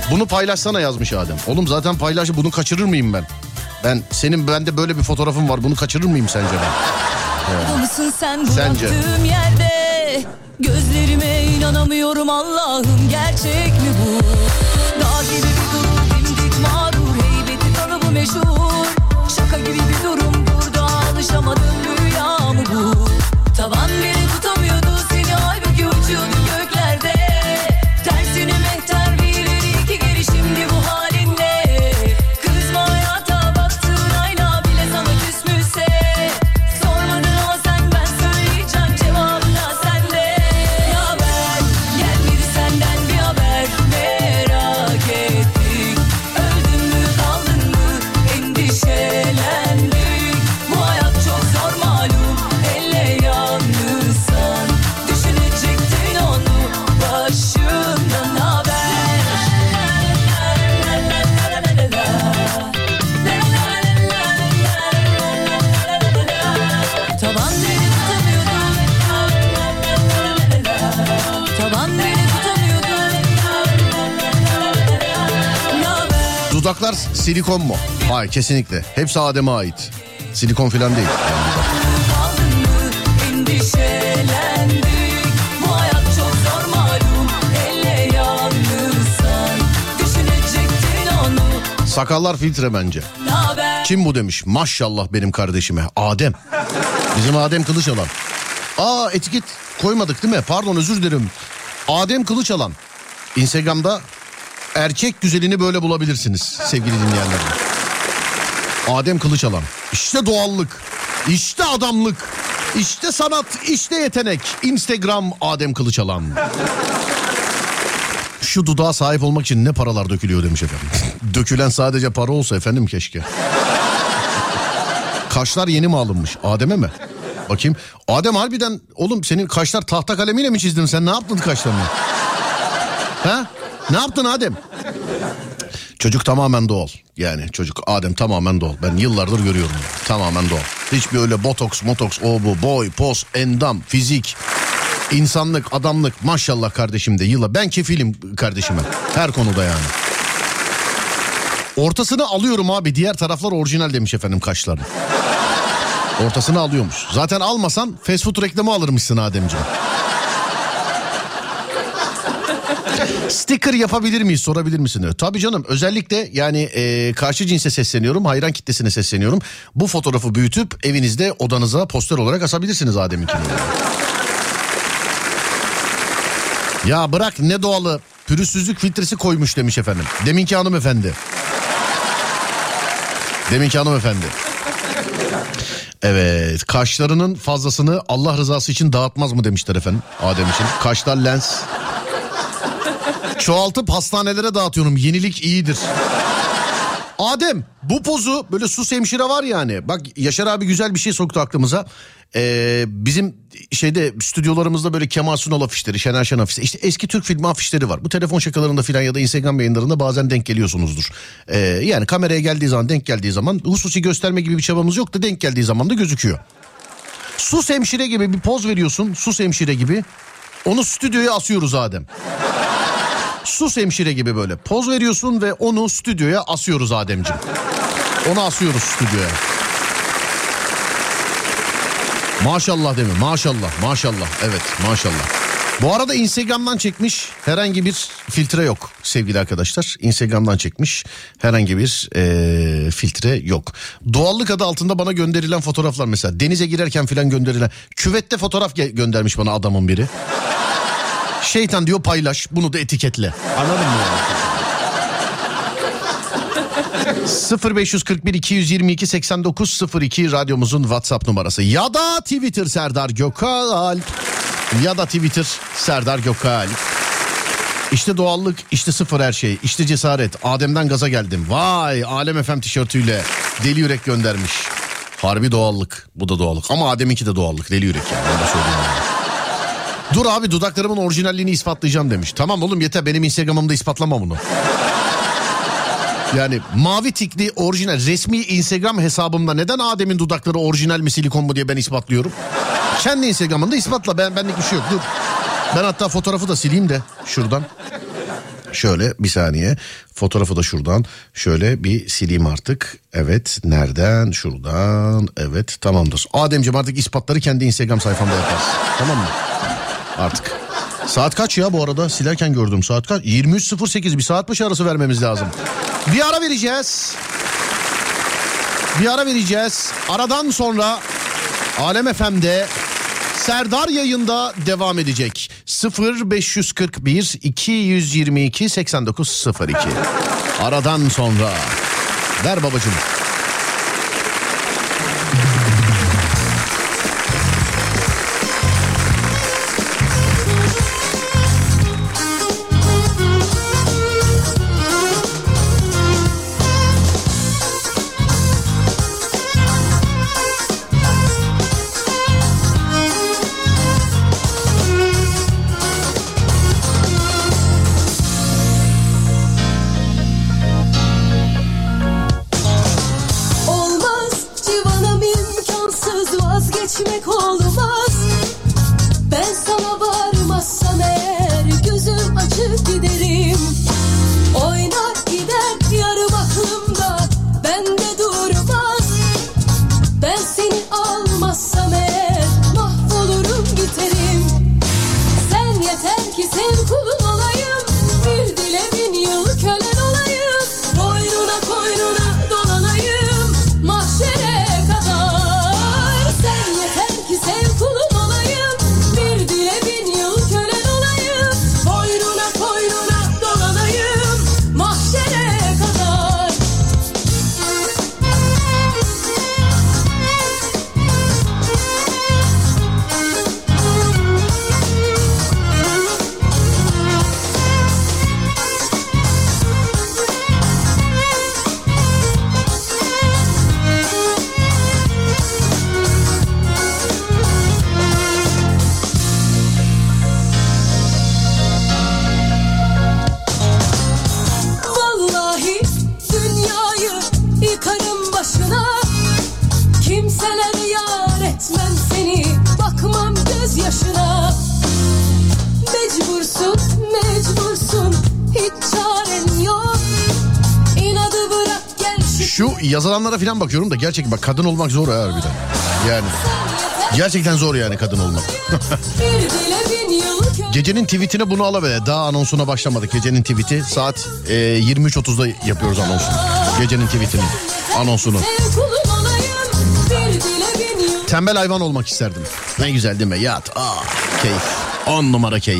Bunu paylaşsana yazmış Adem. Oğlum zaten paylaş, bunu kaçırır mıyım ben? Ben senin bende böyle bir fotoğrafım var, bunu kaçırır mıyım sence ben? Orada mısın sen Sence? bıraktığım yerde? Gözlerime inanamıyorum Allah'ım, gerçek mi bu? Dağ gibi bir durum, dimdik mağrur, heybeti tanı bu meşhur. Şaka gibi bir durum, burada alışamadım, rüya mı bu? Tavan beni tutamıyordu, seni halbuki uçuyordun göklerde. Tersine mehter bir ileri iki geri, şimdi bu halinle. Kızma hayata, baktığın ayna bile sana küsmüşse. Sormadın ama sen, ben söyleyeceğim, cevabına sende. Ne haber? Gelmedi senden bir haber, merak ettik. Öldün mü kaldın mı, endişelendik. Bu hayat çok zor malum, elle yalnızsan. Düşünecektin onu başından haber. Tavan beni tutamıyordu. Tavan beni tutamıyordu. Ne haber? Dudaklar silikon mu? Hayır, kesinlikle. Hepsi Adem'e ait. Silikon falan değil. Yani dudak. Kaldın mı, endişelendik. Bu hayat çok zor malum, elle yalnızsan. Düşünecektin onu. Sakallar filtre bence. Ne haber? Kim bu demiş? Maşallah benim kardeşime. Adem. Bizim Adem Kılıçalan. Aa, etiket koymadık değil mi? Pardon, özür dilerim. Adem Kılıçalan. Instagram'da erkek güzelini böyle bulabilirsiniz sevgili dinleyenlerim. Adem Kılıçalan. İşte doğallık. İşte adamlık. İşte sanat. İşte yetenek. Instagram Adem Kılıçalan. Şu dudağa sahip olmak için ne paralar dökülüyor demiş efendim. Dökülen sadece para olsa efendim keşke. Kaşlar yeni mi alınmış? Adem'e mi? Bakayım. Adem harbiden oğlum, senin kaşlar tahta kalemiyle mi çizdin? Sen ne yaptın kaşlarını? Ha? Ne yaptın Adem? Çocuk tamamen doğal. Yani çocuk Adem tamamen doğal. Ben yıllardır görüyorum. Tamamen doğal. Hiçbir öyle botoks, motoks, o bu, boy, poz, endam, fizik, insanlık, adamlık. Maşallah kardeşim de yıllar. Ben kefilim kardeşime. Her konuda yani. Ortasını alıyorum abi. Diğer taraflar orijinal demiş efendim kaşlarını. Ortasını alıyormuş. Zaten almasan fast food reklamı alırmışsın Ademciğim. Sticker yapabilir miyiz, sorabilir misin? Tabii canım, özellikle yani e, karşı cinse sesleniyorum, hayran kitlesine sesleniyorum. Bu fotoğrafı büyütüp evinizde odanıza poster olarak asabilirsiniz Adem'inkini. Ya bırak ne doğalı, pürüzsüzlük filtresi koymuş demiş efendim. Deminki hanımefendi. Deminki hanımefendi. Evet, kaşlarının fazlasını Allah rızası için dağıtmaz mı demişler efendim Adem için. Kaşlar lens. Çoğaltıp hastanelere dağıtıyorum. Yenilik iyidir. Adem, bu pozu böyle sus hemşire var yani. Bak Yaşar abi güzel bir şey soktu aklımıza. Ee, bizim şeyde stüdyolarımızda böyle Kemal Sunal afişleri, Şener Şen afişleri, işte eski Türk filmi afişleri var. Bu telefon şakalarında filan ya da Instagram yayınlarında bazen denk geliyorsunuzdur. Ee, yani kameraya geldiği zaman, denk geldiği zaman, hususi gösterme gibi bir çabamız yok da denk geldiği zaman da gözüküyor. Sus hemşire gibi bir poz veriyorsun, sus hemşire gibi. Onu stüdyoya asıyoruz Adem. Sus hemşire gibi böyle poz veriyorsun ve onu stüdyoya asıyoruz Ademciğim. Onu asıyoruz stüdyoya. Maşallah değil mi? Maşallah, maşallah. Evet, maşallah. Bu arada Instagram'dan çekmiş, herhangi bir filtre yok sevgili arkadaşlar. Instagram'dan çekmiş, herhangi bir ee, filtre yok. Doğallık adı altında bana gönderilen fotoğraflar mesela. Denize girerken filan gönderilen. Küvette fotoğraf ge- göndermiş bana adamın biri. Şeytan diyor paylaş, bunu da etiketle. Anladın mı yani? sıfır beş kırk bir iki yüz yirmi iki seksen dokuz sıfır iki radyomuzun WhatsApp numarası. Ya da Twitter Serdar Gökalp. Ya da Twitter Serdar Gökalp. İşte doğallık, işte sıfır her şey, işte cesaret. Adem'den gaza geldim. Vay, Alem F M tişörtüyle deli yürek göndermiş. Harbi doğallık, bu da doğallık. Ama Adem'inki de doğallık, deli yürek yani. Ben de söyleyeyim yani. Dur abi, dudaklarımın orijinalliğini ispatlayacağım demiş. Tamam oğlum yeter, benim Instagram'ımda ispatlama bunu. Yani mavi tikli orijinal resmi Instagram hesabımda neden Adem'in dudakları orijinal mi silikon mu diye ben ispatlıyorum. Kendi Instagram'ında ispatla, ben benlik bir şey yok. Dur. Ben hatta fotoğrafı da sileyim de şuradan. Şöyle bir saniye, fotoğrafı da şuradan şöyle bir sileyim artık. Evet, nereden? Şuradan. Evet, tamamdır. Ademciğim artık ispatları kendi Instagram sayfamda yaparsın. Tamam mı? Artık. Saat kaç ya bu arada? Silerken gördüm, saat kaç? yirmi üç sıfır sekiz, bir saat başı arası vermemiz lazım. Bir ara vereceğiz. Bir ara vereceğiz. Aradan sonra Alem F M'de Serdar yayında devam edecek. sıfır beş kırk bir iki yüz yirmi iki seksen dokuz sıfır iki. Aradan sonra. Ver babacığım. Yazılanlara falan bakıyorum da gerçekten bak, kadın olmak zor ha harbiden. Yani gerçekten zor yani kadın olmak. Gecenin tweetine bunu alıver. Daha anonsuna başlamadık. Gecenin tweeti saat e, yirmi üç otuzda yapıyoruz anonsunu. Gecenin tweetini, anonsunu. Tembel hayvan olmak isterdim. Ne güzel değil mi? Yat. Aa, keyif. On numara keyif.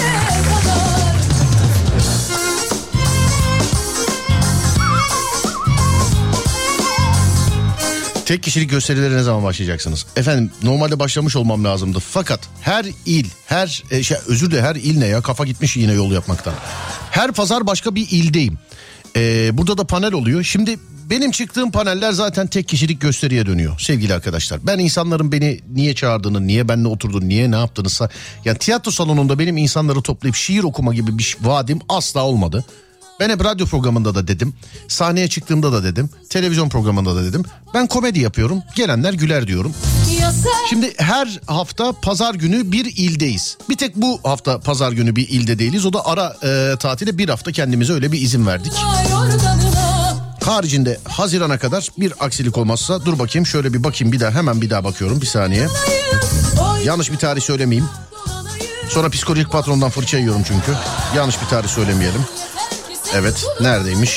Tek kişilik gösterileri ne zaman başlayacaksınız? Efendim normalde başlamış olmam lazımdı. Fakat her il, her e, şey özür dilerim her il ne ya? Kafa gitmiş yine yol yapmaktan. Her pazar başka bir ildeyim. Ee, burada da panel oluyor. Şimdi benim çıktığım paneller zaten tek kişilik gösteriye dönüyor sevgili arkadaşlar. Ben insanların beni niye çağırdığını, niye benimle oturduğunu, niye ne yaptığını... Yani tiyatro salonunda benim insanları toplayıp şiir okuma gibi bir vaadim asla olmadı. Ben hep radyo programında da dedim, sahneye çıktığımda da dedim, televizyon programında da dedim. Ben komedi yapıyorum, gelenler güler diyorum. Şimdi her hafta pazar günü bir ildeyiz. Bir tek bu hafta pazar günü bir ilde değiliz. O da ara e, tatile bir hafta kendimize öyle bir izin verdik. Haricinde Haziran'a kadar bir aksilik olmazsa, dur bakayım şöyle bir bakayım bir daha, hemen bir daha bakıyorum bir saniye. Yanlış bir tarih söylemeyeyim. Sonra psikolojik patrondan fırça yiyorum çünkü. Yanlış bir tarih söylemeyelim. Evet, neredeymiş?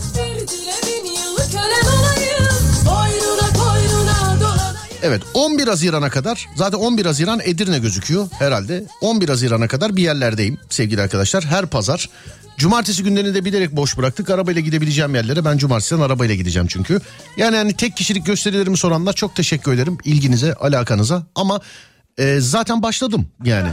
Evet, on bir Haziran'a kadar, zaten on bir Haziran Edirne gözüküyor herhalde. on bir Haziran'a kadar bir yerlerdeyim sevgili arkadaşlar. Her pazar. Cumartesi günlerini de bilerek boş bıraktık. Arabayla gidebileceğim yerlere ben cumartesiden arabayla gideceğim çünkü. Yani hani tek kişilik gösterilerimi soranlar çok teşekkür ederim. İlginize, alakanıza. Ama e, zaten başladım yani.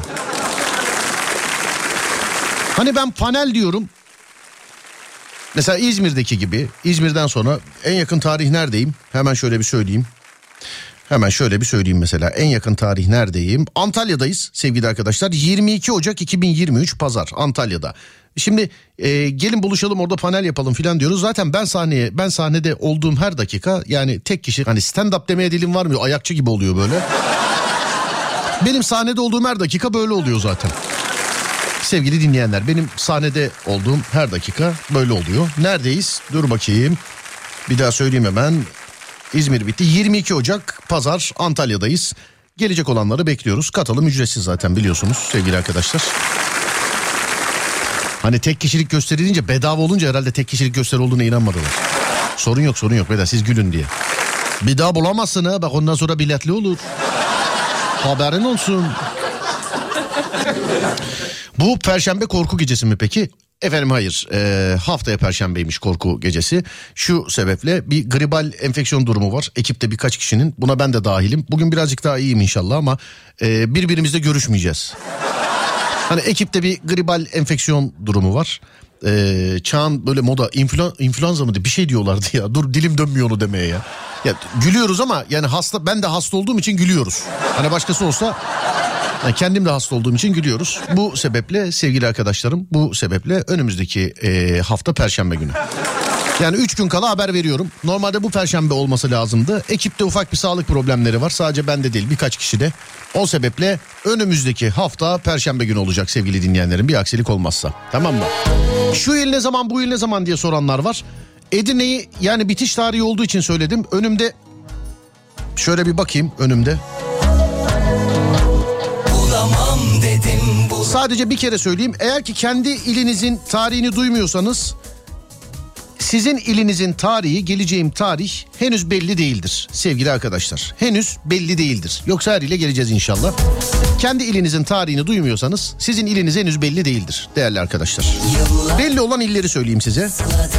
Hani ben panel diyorum. Mesela İzmir'deki gibi, İzmir'den sonra en yakın tarih neredeyim? Hemen şöyle bir söyleyeyim. Hemen şöyle bir söyleyeyim mesela. En yakın tarih neredeyim? Antalya'dayız sevgili arkadaşlar. yirmi iki Ocak iki bin yirmi üç Pazar Antalya'da. Şimdi e, gelin buluşalım orada panel yapalım filan diyoruz. Zaten ben sahneye, ben sahnede olduğum her dakika yani tek kişi, hani stand up demeye dilim varmıyor. Ayakçı gibi oluyor böyle. Benim sahnede olduğum her dakika böyle oluyor zaten. Sevgili dinleyenler, benim sahnede olduğum her dakika böyle oluyor. Neredeyiz? Dur bakayım. Bir daha söyleyeyim hemen. İzmir bitti. yirmi iki Ocak Pazar Antalya'dayız. Gelecek olanları bekliyoruz. Katılım ücretsiz zaten, biliyorsunuz sevgili arkadaşlar. Hani tek kişilik gösteri deyince bedava olunca herhalde tek kişilik gösteri olduğuna inanmadılar. Sorun yok sorun yok bedava, siz gülün diye. Bir daha bulamazsın ha, bak ondan sonra biletli olur. Haberin olsun. Bu Perşembe korku gecesi mi peki? Efendim hayır, e, haftaya Perşembeymiş korku gecesi. Şu sebeple bir gribal enfeksiyon durumu var ekipte birkaç kişinin, buna ben de dahilim. Bugün birazcık daha iyiyim inşallah ama e, birbirimizle görüşmeyeceğiz. Hani ekipte bir gribal enfeksiyon durumu var. Ee, çağın böyle moda influ, influenza mı diye bir şey diyorlardı ya. Dur dilim dönmüyor onu demeye ya. Ya gülüyoruz ama yani hasta, ben de hasta olduğum için gülüyoruz. Hani başkası olsa, yani kendim de hasta olduğum için gülüyoruz. Bu sebeple sevgili arkadaşlarım, bu sebeple önümüzdeki e, hafta Perşembe günü. Yani üç gün kala haber veriyorum. Normalde bu Perşembe olması lazımdı. Ekipte ufak bir sağlık problemleri var. Sadece bende değil, birkaç kişi de. O sebeple önümüzdeki hafta Perşembe günü olacak sevgili dinleyenlerim. Bir aksilik olmazsa. Tamam mı? Şu yıl ne zaman, bu yıl ne zaman diye soranlar var. Edirne'yi, yani bitiş tarihi olduğu için söyledim. Önümde şöyle bir bakayım önümde. Bulamam dedim, bulamam. Sadece bir kere söyleyeyim. Eğer ki kendi ilinizin tarihini duymuyorsanız, sizin ilinizin tarihi, geleceğim tarih henüz belli değildir sevgili arkadaşlar. Henüz belli değildir. Yoksa her ile geleceğiz inşallah. Kendi ilinizin tarihini duymuyorsanız sizin iliniz henüz belli değildir değerli arkadaşlar. Belli olan illeri söyleyeyim size.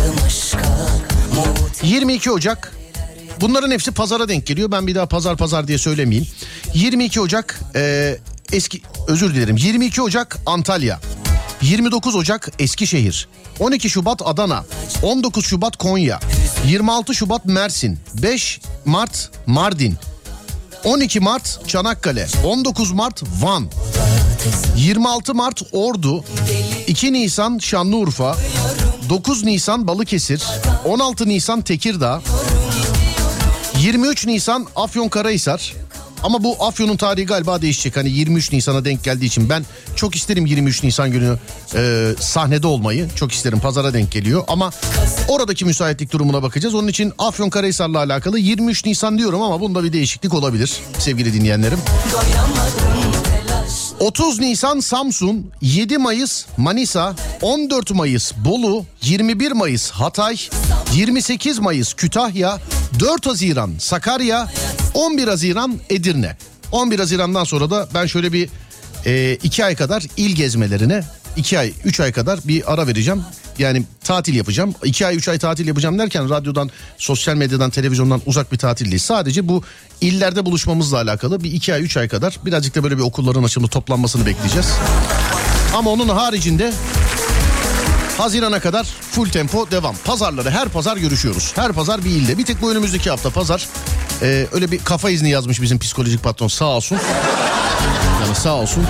yirmi iki Ocak. Bunların hepsi pazara denk geliyor. Ben bir daha pazar pazar diye söylemeyeyim. yirmi iki Ocak e, eski özür dilerim. yirmi iki Ocak Antalya. yirmi dokuz Ocak Eskişehir. on iki Şubat Adana. on dokuz Şubat Konya. yirmi altı Şubat Mersin. beş Mart Mardin. on iki Mart Çanakkale. on dokuz Mart Van. yirmi altı Mart Ordu. iki Nisan Şanlıurfa. dokuz Nisan Balıkesir. on altı Nisan Tekirdağ. yirmi üç Nisan Afyonkarahisar. Ama bu Afyon'un tarihi galiba değişecek. Hani yirmi üç Nisan'a denk geldiği için ben çok isterim yirmi üç Nisan günü e, sahnede olmayı. Çok isterim, pazara denk geliyor. Ama oradaki müsaitlik durumuna bakacağız. Onun için Afyonkarahisar'la alakalı yirmi üç Nisan diyorum ama bunda bir değişiklik olabilir sevgili dinleyenlerim. otuz Nisan Samsun, yedi Mayıs Manisa, on dört Mayıs Bolu, yirmi bir Mayıs Hatay, yirmi sekiz Mayıs Kütahya, dört Haziran Sakarya, on bir Haziran Edirne. on bir Haziran'dan sonra da ben şöyle bir e, iki ay kadar il gezmelerine, iki ay üç ay kadar bir ara vereceğim. Yani tatil yapacağım. iki ay üç ay tatil yapacağım derken radyodan, sosyal medyadan, televizyondan uzak bir tatil değil. Sadece bu illerde buluşmamızla alakalı bir iki ay üç ay kadar birazcık da böyle bir okulların açılımı, toplanmasını bekleyeceğiz. Ama onun haricinde Haziran'a kadar full tempo devam. Pazarları her pazar görüşüyoruz. Her pazar bir ilde. Bir tek bu önümüzdeki hafta pazar. Ee, öyle bir kafa izni yazmış bizim psikolojik patron, sağ olsun. Yani sağ olsun.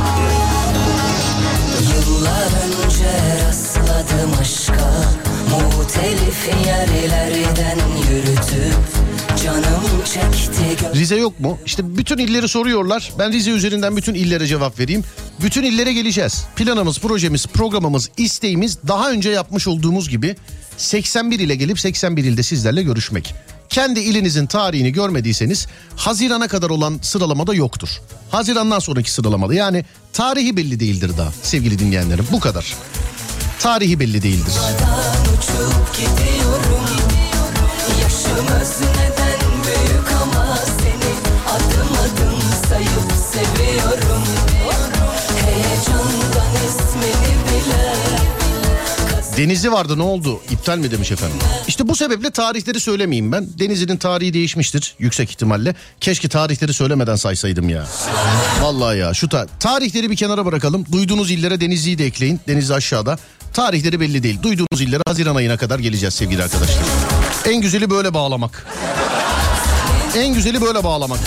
Yıllar önce rastladım aşka, muhtelif yerlerden yürütüp canım çekti. Rize yok mu? İşte bütün illeri soruyorlar. Ben Rize üzerinden bütün illere cevap vereyim. Bütün illere geleceğiz. Planımız, projemiz, programımız, isteğimiz daha önce yapmış olduğumuz gibi seksen bir ile gelip seksen bir ilde sizlerle görüşmek. Kendi ilinizin tarihini görmediyseniz Haziran'a kadar olan sıralamada yoktur. Haziran'dan sonraki sıralamada, yani tarihi belli değildir daha sevgili dinleyenlerim, bu kadar. Tarihi belli değildir. Uçup gidiyorum, yaşımız neden büyük ama seni adım adım sayıp seviyorum. Heyecandan ismini bile. Denizli vardı, ne oldu? İptal mi demiş efendim. İşte bu sebeple tarihleri söylemeyeyim ben. Denizli'nin tarihi değişmiştir yüksek ihtimalle. Keşke tarihleri söylemeden saysaydım ya. Vallahi ya, şu ta- tarihleri bir kenara bırakalım. Duyduğunuz illere Denizli'yi de ekleyin. Denizli aşağıda. Tarihleri belli değil. Duyduğunuz illere Haziran ayına kadar geleceğiz sevgili arkadaşlar. En güzeli böyle bağlamak. En güzeli böyle bağlamak.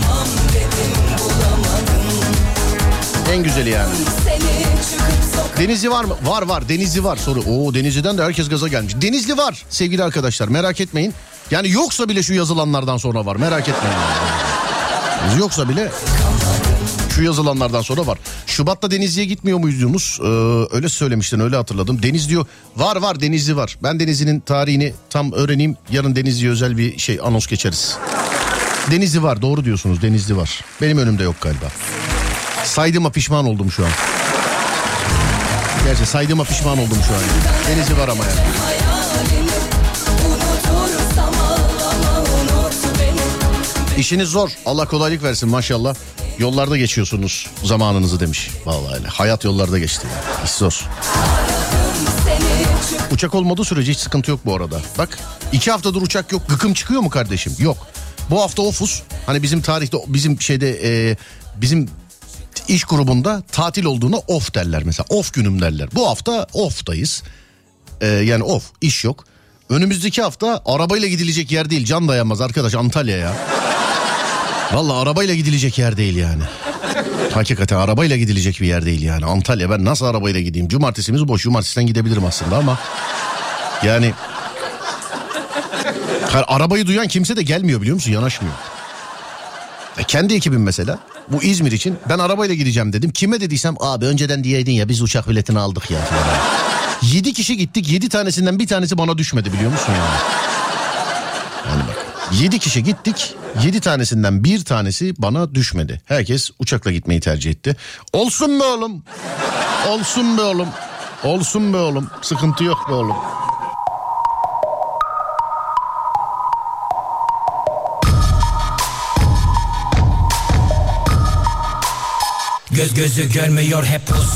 En güzeli yani. Denizli var mı? Var var, Denizli var. Soru. Oo, Denizli'den de herkes gaza gelmiş. Denizli var sevgili arkadaşlar, merak etmeyin. Yani yoksa bile şu yazılanlardan sonra var, merak etmeyin. Yani. Yoksa bile şu yazılanlardan sonra var. Şubat'ta Denizli'ye gitmiyor muydunuz? Ee, öyle söylemiştin, öyle hatırladım. Deniz diyor. Var var Denizli var. Ben Denizli'nin tarihini tam öğreneyim. Yarın Denizli'ye özel bir şey anons geçeriz. Denizli var, doğru diyorsunuz, Denizli var. Benim önümde yok galiba. Saydığıma pişman oldum şu an. Gerçi saydığıma pişman oldum şu an. Denizli var ama yani. İşiniz zor. Allah kolaylık versin maşallah. Yollarda geçiyorsunuz zamanınızı demiş. Vallahi öyle. Hayat yollarda geçti. Yani. İş zor. Uçak olmadığı sürece hiç sıkıntı yok bu arada. Bak iki haftadır uçak yok. Gıkım çıkıyor mu kardeşim? Yok. Bu hafta ofuz. Hani bizim tarihte bizim şeyde e, bizim iş grubunda tatil olduğuna off derler mesela. Off günüm derler. Bu hafta off'tayız. E, yani off, iş yok. Önümüzdeki hafta arabayla gidilecek yer değil. Can dayanmaz arkadaş, Antalya ya. Vallahi arabayla gidilecek yer değil yani. Hakikaten arabayla gidilecek bir yer değil yani. Antalya, ben nasıl arabayla gideyim? Cumartesimiz boş. Cumartesiden gidebilirim aslında ama yani arabayı duyan kimse de gelmiyor, biliyor musun? Yanaşmıyor. E kendi ekibim mesela. Bu İzmir için ben arabayla gideceğim dedim. Kime dediysem abi önceden diyeydin ya, biz uçak biletini aldık ya. Yedi kişi gittik. Yedi tanesinden bir tanesi bana düşmedi, biliyor musun yani? Yani bak. Yedi kişi gittik. Yedi tanesinden bir tanesi bana düşmedi. Herkes uçakla gitmeyi tercih etti. Olsun be oğlum. Olsun be oğlum. Olsun be oğlum. Sıkıntı yok be oğlum. Göz gözü görmüyor hep pus.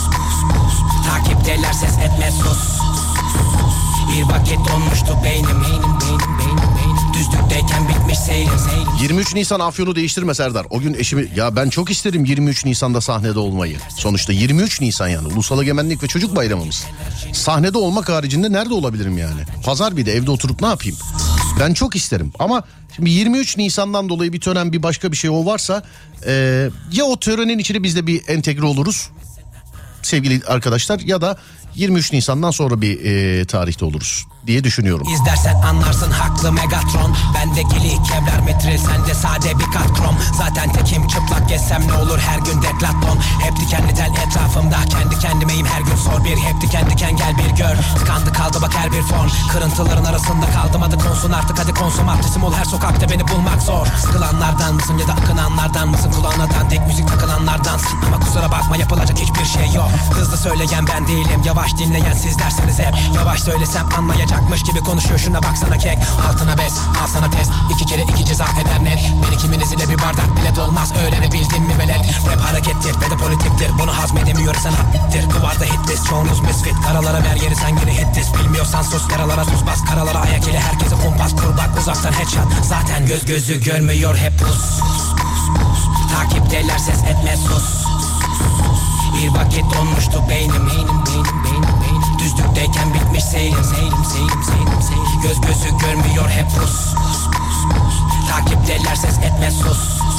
Takipteler ses etme sus. Bir vakit donmuştu beynim, beynim, beynim, beynim, beynim. Düzlükteyken bitmiş seyrim, seyrim. yirmi üç Nisan Afyon'u değiştirme Serdar. O gün eşimi, ya ben çok isterim yirmi üç Nisan'da sahnede olmayı. Sonuçta yirmi üç Nisan yani Ulusal Egemenlik ve Çocuk Bayramımız. Sahnede olmak haricinde nerede olabilirim yani? Pazar bir de evde oturup ne yapayım? Ben çok isterim ama şimdi yirmi üç Nisan'dan dolayı bir tören, bir başka bir şey o varsa e, ya o törenin içine biz de bir entegre oluruz sevgili arkadaşlar, ya da yirmi üç Nisan'dan sonra bir e, tarihte oluruz diye düşünüyorum. İzlersen anlarsın haklı Megatron. Bende gili kevlar metril, sende sade bir kat krom. Zaten tekim çıplak gezsem ne olur her gün deklaton. Hep dikenli tel etrafımda, kendi kendimeyim her gün sor bir. Hep diken diken gel bir gör. Tıkandı kaldı bak her bir fon. Kırıntıların arasında kaldım, hadi konsun artık, hadi konsumatristim ol. Her sokakta beni bulmak zor. Sıkılanlardan mısın ya da akınanlardan mısın? Kulağına dandik müzik takılanlardansın. Ama kusura bakma yapılacak hiçbir şey yok. Hızlı söyleyen ben değilim, yavaş dinleyen sizlersiniz hep. Yavaş söylesem anlayacakmış gibi konuşuyor, şuna baksana kek. Altına bes, al sana test. İki kere iki ceza eder net. Bir ikiminiz ile bir bardak bile dolmaz. Öğrenebildin mi velet? Rap harekettir ve de politiktir. Bunu hazmedemiyorsan hattir. Kıvarda hitlis, çoğunuz misfit. Karalara ver yeri, sen geri hitlis. Bilmiyorsan sus, yaralara tuz bas. Karalara ayak ile herkese kumpas kur bak. Uzaktan headshot. Zaten göz gözü görmüyor hep pus. Takipteler ses etme sus. Bir vakit donmuştu beynim, beynim, beynim, beynim, beynim. Düzlükteyken bitmiş seyrim, seyrim, seyrim, seyrim, seyrim. Göz gözü görmüyor hep pus. Takipteler ses etme sus.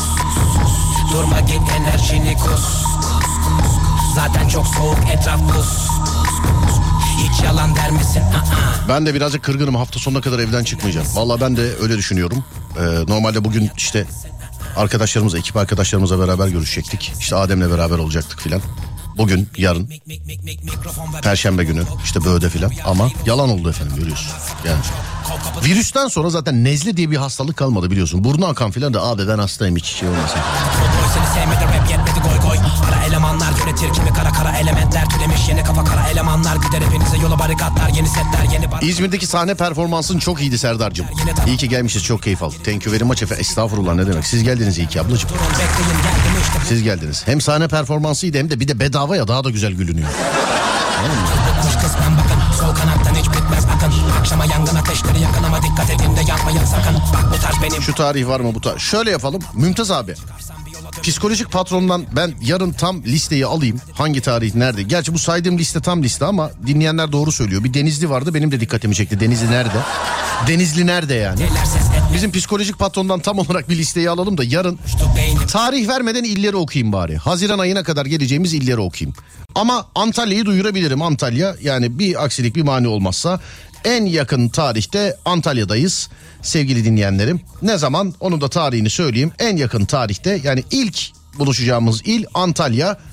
Durma git enerjini kus. Zaten çok soğuk etraf buz. Hiç yalan der misin? Aa. Ben de birazcık kırgınım, hafta sonuna kadar evden çıkmayacağım. Vallahi ben de öyle düşünüyorum. Ee, normalde bugün işte arkadaşlarımız, ekip arkadaşlarımızla beraber görüşecektik. İşte Adem'le beraber olacaktık filan. Bugün, yarın, Perşembe günü işte Böğde filan. Ama yalan oldu efendim, görüyorsun. Yani virüsten sonra zaten nezle diye bir hastalık kalmadı biliyorsun. Burnu akan filan da abi ben hastayım, hiç şey olmasın. Kara elemanlar yönetir kimi, kara kara elementler türemiş yeni kafa, kara elemanlar gider hepinize yola barikatlar, yeni setler, yeni bar... İzmir'deki sahne performansın çok iyiydi Serdar'cığım. İyi ki gelmişiz, çok keyif aldık. Thank you very much efendim. Estağfurullah, ne demek. Siz geldiniz iyi ki ablacığım. Siz geldiniz. Hem sahne performansıydı hem de bir de bedava ya, daha da güzel gülünüyor. Kısmen bakın sol kanattan hiç bitmez akın. Akşama yangın ateşleri yakın ama dikkat edin de yanmayın sakın. Bak bu tarz benim. Şu tarih var mı bu tarih? Şöyle yapalım Mümtaz abi. Psikolojik patrondan ben yarın tam listeyi alayım. Hangi tarih nerede? Gerçi bu saydığım liste tam liste ama dinleyenler doğru söylüyor. Bir Denizli vardı, benim de dikkatimi çekti. Denizli nerede? Denizli nerede yani? Bizim psikolojik patrondan tam olarak bir listeyi alalım da yarın tarih vermeden illeri okuyayım bari. Haziran ayına kadar geleceğimiz illeri okuyayım. Ama Antalya'yı duyurabilirim. Antalya, yani bir aksilik bir mani olmazsa en yakın tarihte Antalya'dayız sevgili dinleyenlerim. Ne zaman, onun da tarihini söyleyeyim. En yakın tarihte, yani ilk buluşacağımız il Antalya.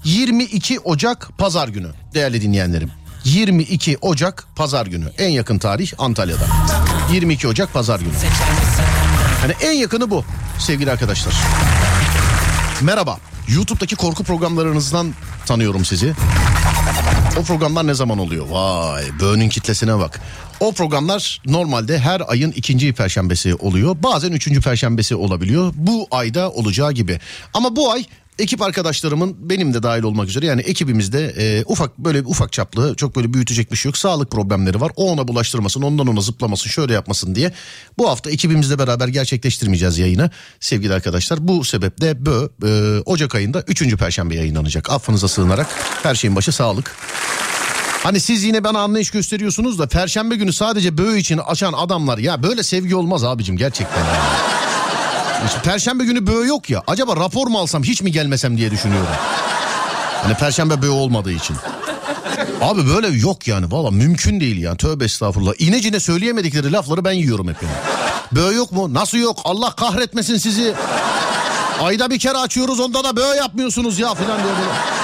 yirmi iki Ocak Pazar günü değerli dinleyenlerim. yirmi iki Ocak Pazar günü. En yakın tarih Antalya'da. yirmi iki Ocak Pazar günü. Hani en yakını bu sevgili arkadaşlar. Merhaba. YouTube'daki korku programlarınızdan tanıyorum sizi. O programlar ne zaman oluyor? Vay, Böğünün kitlesine bak. O programlar normalde her ayın ikinci perşembesi oluyor. Bazen üçüncü perşembesi olabiliyor. Bu ayda olacağı gibi. Ama bu ay ekip arkadaşlarımın, benim de dahil olmak üzere, yani ekibimizde e, ufak böyle ufak çaplı, çok böyle büyütecek bir şey yok. Sağlık problemleri var. O ona bulaştırmasın, ondan ona zıplamasın, şöyle yapmasın diye. Bu hafta ekibimizle beraber gerçekleştirmeyeceğiz yayını sevgili arkadaşlar. Bu sebeple Bö e, Ocak ayında üçüncü perşembe yayınlanacak. Affınıza sığınarak, her şeyin başı sağlık. Hani siz yine bana anlayış gösteriyorsunuz da perşembe günü sadece Bö için açan adamlar, ya böyle sevgi olmaz abicim gerçekten. Yani. Perşembe günü Bö yok ya, acaba rapor mu alsam hiç mi gelmesem diye düşünüyorum. Hani perşembe Bö olmadığı için. Abi böyle yok yani, valla mümkün değil ya, tövbe estağfurullah. İnecine söyleyemedikleri lafları ben yiyorum hep yani. Bö yok mu? Nasıl yok? Allah kahretmesin sizi. Ayda bir kere açıyoruz, onda da Bö yapmıyorsunuz ya filan diye böyle.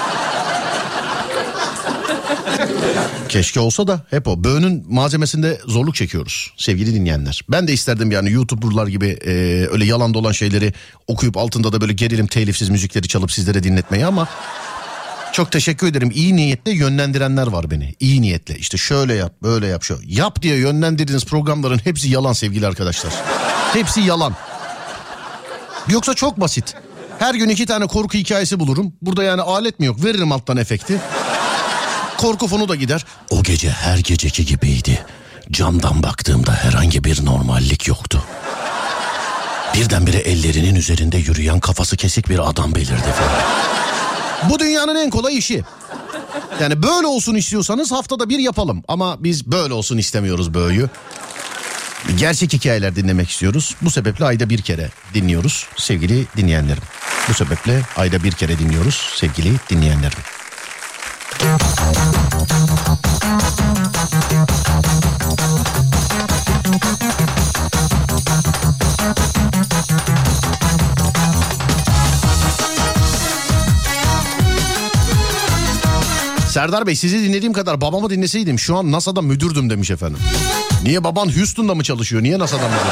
Keşke olsa da hep o. Böğünün malzemesinde zorluk çekiyoruz sevgili dinleyenler. Ben de isterdim yani YouTuber'lar gibi e, öyle yalan dolan şeyleri okuyup altında da böyle gerilim telifsiz müzikleri çalıp sizlere dinletmeyi, ama çok teşekkür ederim. İyi niyetle yönlendirenler var beni. İyi niyetle işte şöyle yap, böyle yap, şu yap diye yönlendirdiğiniz programların hepsi yalan sevgili arkadaşlar. Hepsi yalan. Yoksa çok basit. Her gün iki tane korku hikayesi bulurum. Burada yani alet mi yok? Veririm alttan efekti. Korku fonu da gider. O gece her geceki gibiydi. Camdan baktığımda herhangi bir normallik yoktu. Birdenbire ellerinin üzerinde yürüyen kafası kesik bir adam belirdi falan. Bu dünyanın en kolay işi. Yani böyle olsun istiyorsanız haftada bir yapalım. Ama biz böyle olsun istemiyoruz Böğü'yü. Gerçek hikayeler dinlemek istiyoruz. Bu sebeple ayda bir kere dinliyoruz sevgili dinleyenlerim. Bu sebeple ayda bir kere dinliyoruz sevgili dinleyenlerim. Serdar Bey, sizi dinlediğim kadar babamı dinleseydim şu an NASA'da müdürdüm demiş efendim. Niye, baban Houston'da mı çalışıyor? Niye NASA'da müdürdün?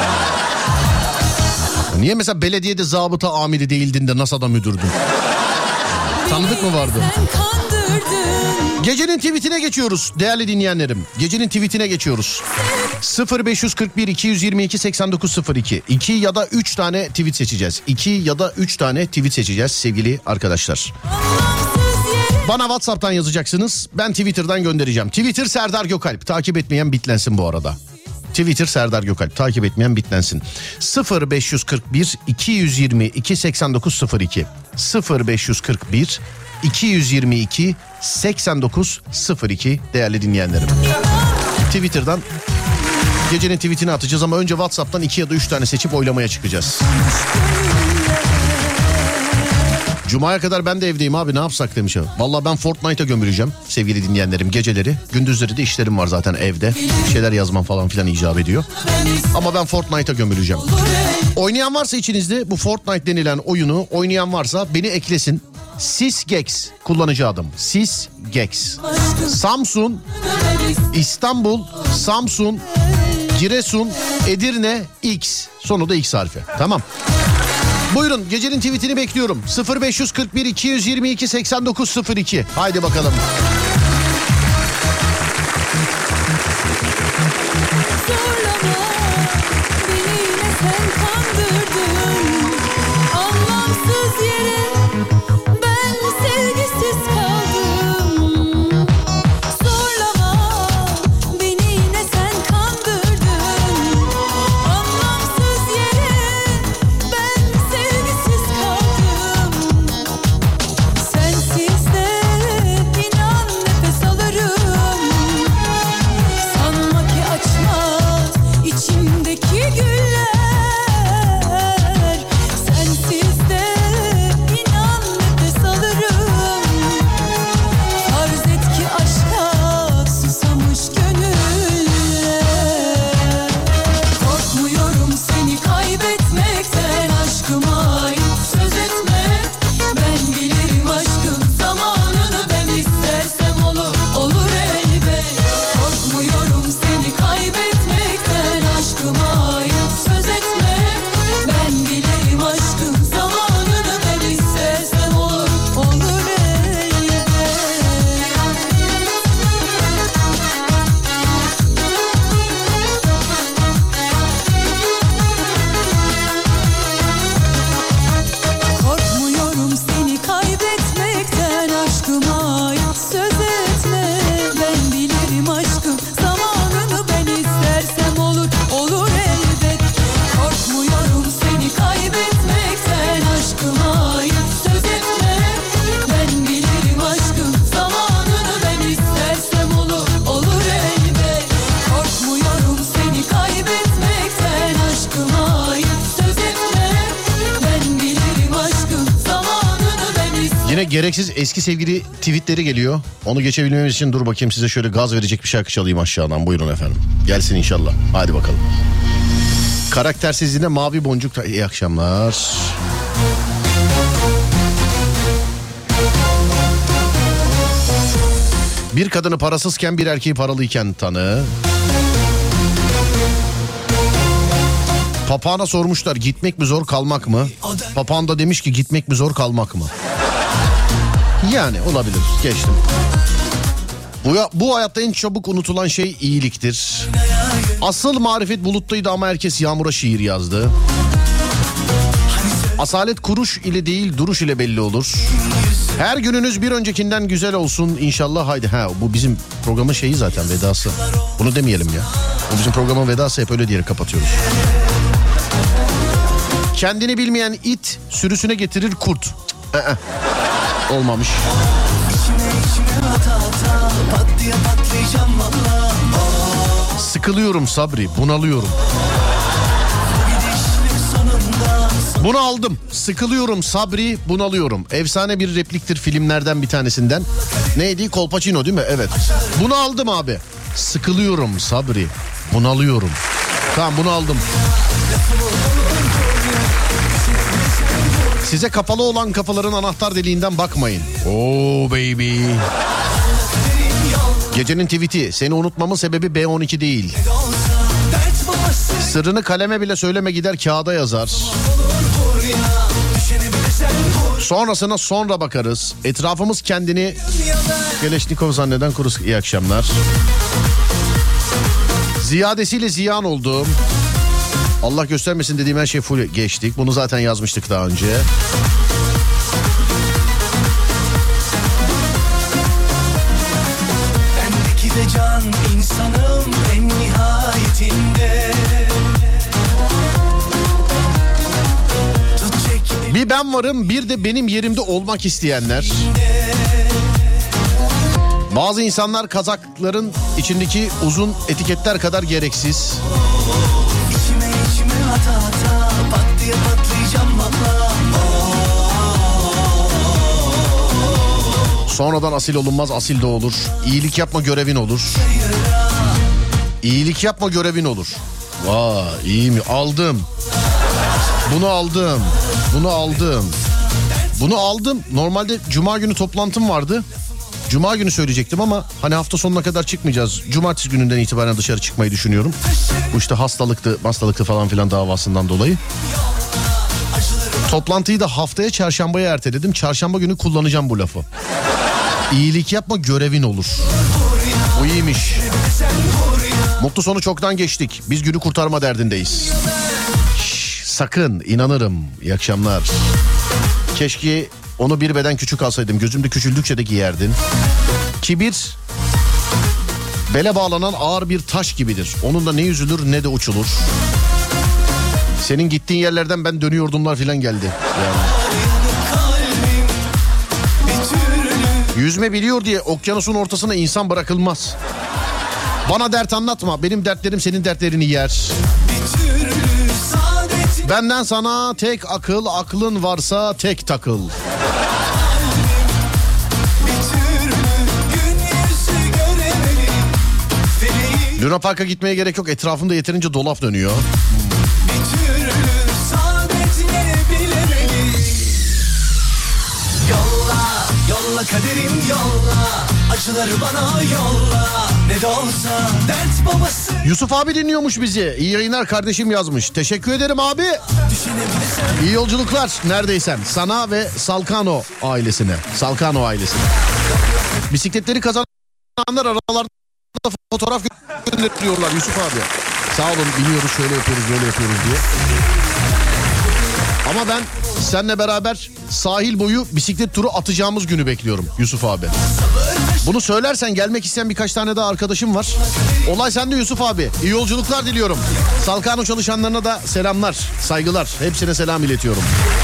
Niye mesela belediyede zabıta amiri değildin de NASA'da müdürdün? Tanıdık mı vardı? Gecenin tweetine geçiyoruz değerli dinleyenlerim. Gecenin tweetine geçiyoruz. sıfır beş kırk bir iki yüz yirmi iki seksen dokuz sıfır iki. iki ya da üç tane tweet seçeceğiz. iki ya da üç tane tweet seçeceğiz sevgili arkadaşlar. Bana WhatsApp'tan yazacaksınız. Ben Twitter'dan göndereceğim. Twitter Serdar Gökalp. Takip etmeyen bitlensin bu arada. Twitter Serdar Gökalp. Takip etmeyen bitlensin. sıfır beş kırk bir iki yüz yirmi iki seksen dokuz sıfır iki. sıfır beş kırk bir iki yüz yirmi iki seksen dokuz sıfır iki değerli dinleyenlerim. Twitter'dan gecenin tweetini atacağız ama önce WhatsApp'tan iki ya da üç tane seçip oylamaya çıkacağız. Cuma'ya kadar ben de evdeyim abi, ne yapsak demiş. Vallahi ben Fortnite'a gömüleceğim sevgili dinleyenlerim geceleri. Gündüzleri de işlerim var zaten evde. Bir şeyler yazmam falan filan icap ediyor. Ama ben Fortnite'a gömüleceğim. Oynayan varsa içinizde bu Fortnite denilen oyunu oynayan varsa beni eklesin. Sisgex kullanıcı adım. Sisgex. Samsun, İstanbul, Samsun, Giresun, Edirne, X. Sonu da X harfi. Tamam. Buyurun, gecenin tweetini bekliyorum. sıfır beş kırk bir iki yüz yirmi iki seksen dokuz sıfır iki. Haydi bakalım. Zorlama, beni yine sen kandırdın. Anlamsız yere ben sevgisiz kaldım. Zorlama, beni yine sen kandırdın. Anlamsız yere ben sevgisiz kaldım. Sensiz de inan nefes alırım. Sanma ki açmaz içimdeki güller. Sensiz de Yine gereksiz eski sevgili tweetleri geliyor. Onu geçebilmemiz için dur bakayım size şöyle gaz verecek bir şarkı çalayım aşağıdan. Buyurun efendim. Gelsin inşallah. Hadi bakalım. Karaktersizliğine mavi boncuk. İyi akşamlar. Bir kadını parasızken bir erkeği paralıyken tanı. Papağana sormuşlar gitmek mi zor kalmak mı? Papağan da demiş ki gitmek mi zor kalmak mı? Yani olabilir, geçtim. Bu, bu hayatta en çabuk unutulan şey iyiliktir. Asıl marifet buluttaydı ama herkes yağmura şiir yazdı. Asalet kuruş ile değil duruş ile belli olur. Her gününüz bir öncekinden güzel olsun inşallah. Haydi ha bu bizim programın şeyi zaten vedası. Bunu demeyelim ya. Bu bizim programın vedası, hep öyle diyerek kapatıyoruz. Kendini bilmeyen it sürüsüne getirir kurt. Cık, ee, olmamış. Sıkılıyorum Sabri, bunalıyorum. Bunu aldım. Sıkılıyorum Sabri, bunalıyorum. Efsane bir repliktir filmlerden bir tanesinden. Neydi? Kolpaçino değil mi? Evet. Bunu aldım abi. Sıkılıyorum Sabri, bunalıyorum. Tamam, bunu aldım. Size kapalı olan kapıların anahtar deliğinden bakmayın. Oh baby. Gecenin tweet'i. Seni unutmamın sebebi B on iki değil. Sırrını kaleme bile söyleme, gider kağıda yazar. Sonrasına sonra bakarız. Etrafımız kendini Geleşnikov zanneden kurus. İyi akşamlar. Ziyadesiyle ziyan oldu. Allah göstermesin dediğim her şey full geçtik. Bunu zaten yazmıştık daha önce. Bendeki de can insanım en nihayetinde. Bir ben varım, bir de benim yerimde olmak isteyenler. Bazı insanlar kazakların içindeki uzun etiketler kadar gereksiz. İçime içime ata ata pat diye patlayacağım valla. Sonradan asil olunmaz, asil de olur. İyilik yapma görevin olur. İyilik yapma görevin olur. Vay iyi mi? Aldım. Bunu aldım. Bunu aldım. Bunu aldım. Normalde cuma günü toplantım vardı. Cuma günü söyleyecektim ama hani hafta sonuna kadar çıkmayacağız. Cumartesi gününden itibaren dışarı çıkmayı düşünüyorum. Bu işte hastalıktı, hastalıktı falan filan davasından dolayı. Toplantıyı da haftaya çarşambaya erteledim. Çarşamba günü kullanacağım bu lafı. İyilik yapma görevin olur. Bu iyiymiş. Mutlu sonu çoktan geçtik. Biz günü kurtarma derdindeyiz. Şş, sakın inanırım. İyi akşamlar. Keşke onu bir beden küçük alsaydım. Gözümde küçüldükçe de giyerdin. Kibir bele bağlanan ağır bir taş gibidir. Onunla ne yüzülür ne de uçulur. Senin gittiğin yerlerden ben dönüyordumlar filan geldi. Yani. Yüzme biliyor diye okyanusun ortasına insan bırakılmaz. Bana dert anlatma. Benim dertlerim senin dertlerini yer. Benden sana tek akıl, aklın varsa tek takıl. Luna Park'a gitmeye gerek yok. Etrafında yeterince dolap dönüyor. Yolla kaderim yolla, acıları bana yolla, ne de olsa dert babası. Yusuf abi dinliyormuş bizi. İyi yayınlar kardeşim yazmış. Teşekkür ederim abi. İyi yolculuklar neredeysen sana ve Salkano ailesine. Salkano ailesine. Bisikletleri kazananlar aralarda fotoğraf gönderiyorlar Yusuf abi. Sağ olun, biliyoruz şöyle yapıyoruz böyle yapıyoruz diye. Ama ben seninle beraber sahil boyu bisiklet turu atacağımız günü bekliyorum Yusuf abi. Bunu söylersen gelmek isteyen birkaç tane daha arkadaşım var. Olay sende Yusuf abi. İyi yolculuklar diliyorum. Salkano çalışanlarına da selamlar, saygılar. Hepsine selam iletiyorum.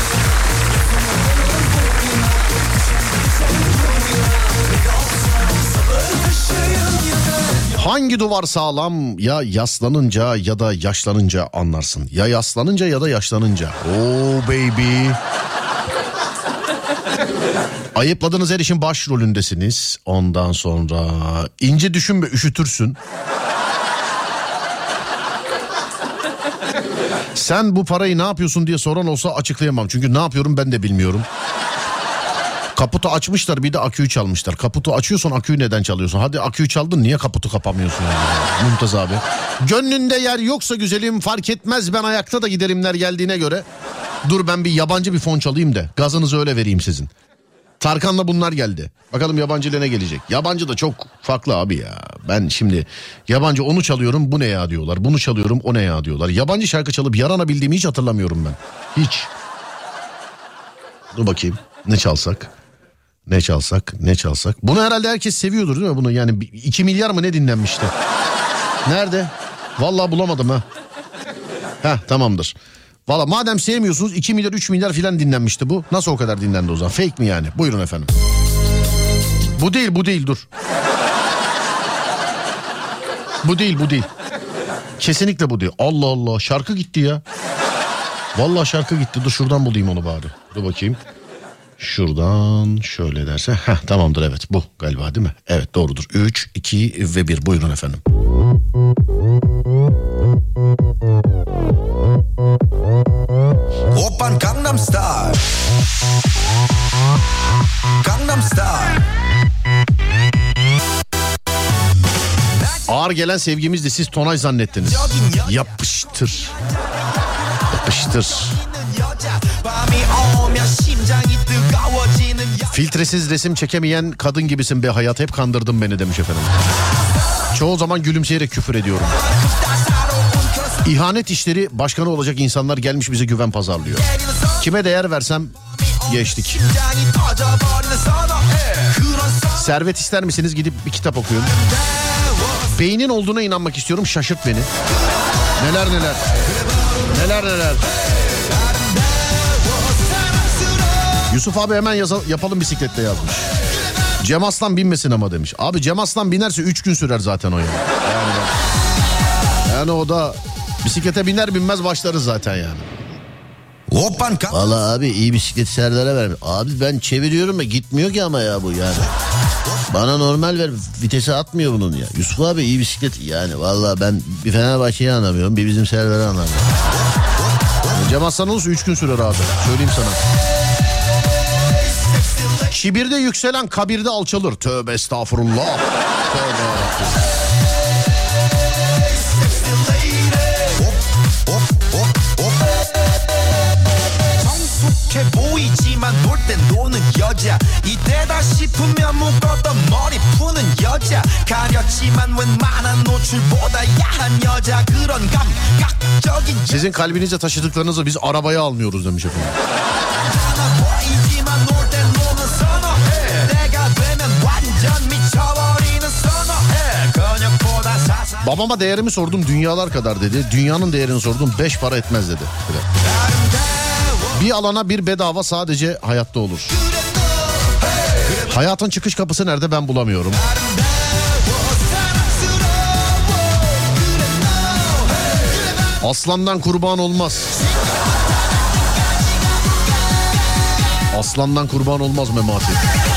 Hangi duvar sağlam? Ya yaslanınca ya da yaşlanınca anlarsın. Ya yaslanınca ya da yaşlanınca. Oh baby. Ayıpladığınız her işin başrolündesiniz. Ondan sonra ince düşünme, üşütürsün. Sen bu parayı ne yapıyorsun diye soran olsa açıklayamam. Çünkü ne yapıyorum ben de bilmiyorum. Kaputu açmışlar, bir de aküyü çalmışlar. Kaputu açıyorsun, aküyü neden çalıyorsun? Hadi aküyü çaldın, niye kaputu kapamıyorsun yani? Mümtaz abi. Gönlünde yer yoksa güzelim, fark etmez ben ayakta da giderimler geldiğine göre. Dur ben bir yabancı bir fon çalayım da gazınızı öyle vereyim sizin. Tarkan'la bunlar geldi. Bakalım yabancı ile ne gelecek? Yabancı da çok farklı abi ya. Ben şimdi yabancı onu çalıyorum, bu ne ya diyorlar. Bunu çalıyorum, o ne ya diyorlar. Yabancı şarkı çalıp yaranabildiğimi hiç hatırlamıyorum ben. Hiç. Dur bakayım ne çalsak? Ne çalsak? Ne çalsak? Bunu herhalde herkes seviyordur değil mi bunu? Yani iki milyar mı ne dinlenmişti? Nerede? Vallahi bulamadım ha. Heh tamamdır. Valla madem sevmiyorsunuz iki milyar üç milyar filan dinlenmişti bu. Nasıl o kadar dinlendi o zaman? Fake mi yani? Buyurun efendim. Bu değil bu değil dur. Bu değil bu değil. Kesinlikle bu değil. Allah Allah şarkı gitti ya. Vallahi şarkı gitti. Dur şuradan bulayım onu bari. Dur bakayım. Şuradan şöyle derse. Heh tamamdır evet bu galiba değil mi? Evet doğrudur. üç, iki ve bir buyurun efendim. Oppan Gangnam Style. Gangnam Style. Ağır gelen sevgimizdi, siz tonaj zannettiniz. Yapıştır. Yapıştır. Filtresiz resim çekemeyen kadın gibisin be hayat, hep kandırdın beni demiş efendim. Çoğu zaman gülümseyerek küfür ediyorum. İhanet işleri başkanı olacak insanlar gelmiş bize güven pazarlıyor. Kime değer versem geçtik. Servet ister misiniz, gidip bir kitap okuyun. Beynin olduğuna inanmak istiyorum, şaşırt beni. Neler neler. Neler neler. Yusuf abi hemen yaza, yapalım bisikletle yazmış. Cem Aslan binmesin ama demiş. Abi Cem Aslan binerse üç gün sürer zaten o ya. Yani, yani o da bisiklete biner binmez başlarız zaten yani. Valla abi iyi bisiklet Serdar'a vermiş. Abi ben çeviriyorum ya gitmiyor ki ama ya bu yani. Bana normal ver, vitese atmıyor bunun ya. Yusuf abi iyi bisiklet yani. Valla ben bir Fenerbahçe'yi anlamıyorum, bir bizim Serdar'ı anlamıyorum. Yani Cem Aslan olursa üç gün sürer abi. Söyleyeyim sana. Kibirde yükselen kabirde alçalır. Tövbe estağfurullah. Tövbe yarabbim. 보이지만 놀 땐 노는 여자 이때다 싶으면 묶었던 머리 푸는 여자 가렸지만 웬만한 노출보다 야한 여자 그런 감각적인 Sizin kalbinize taşıdıklarınızı biz arabaya almıyoruz demiş efendim. 보이지만 놀 땐 노는 선어해 내가 되면 완전 미쳐버리는 선어해 근육보다 사사 Babama değerimi sordum, dünyalar kadar dedi. Dünyanın değerini sordum, beş para etmez dedi. Bir alana bir bedava sadece hayatta olur. Hayatın çıkış kapısı nerede ben bulamıyorum. Aslandan kurban olmaz. Aslandan kurban olmaz Memati.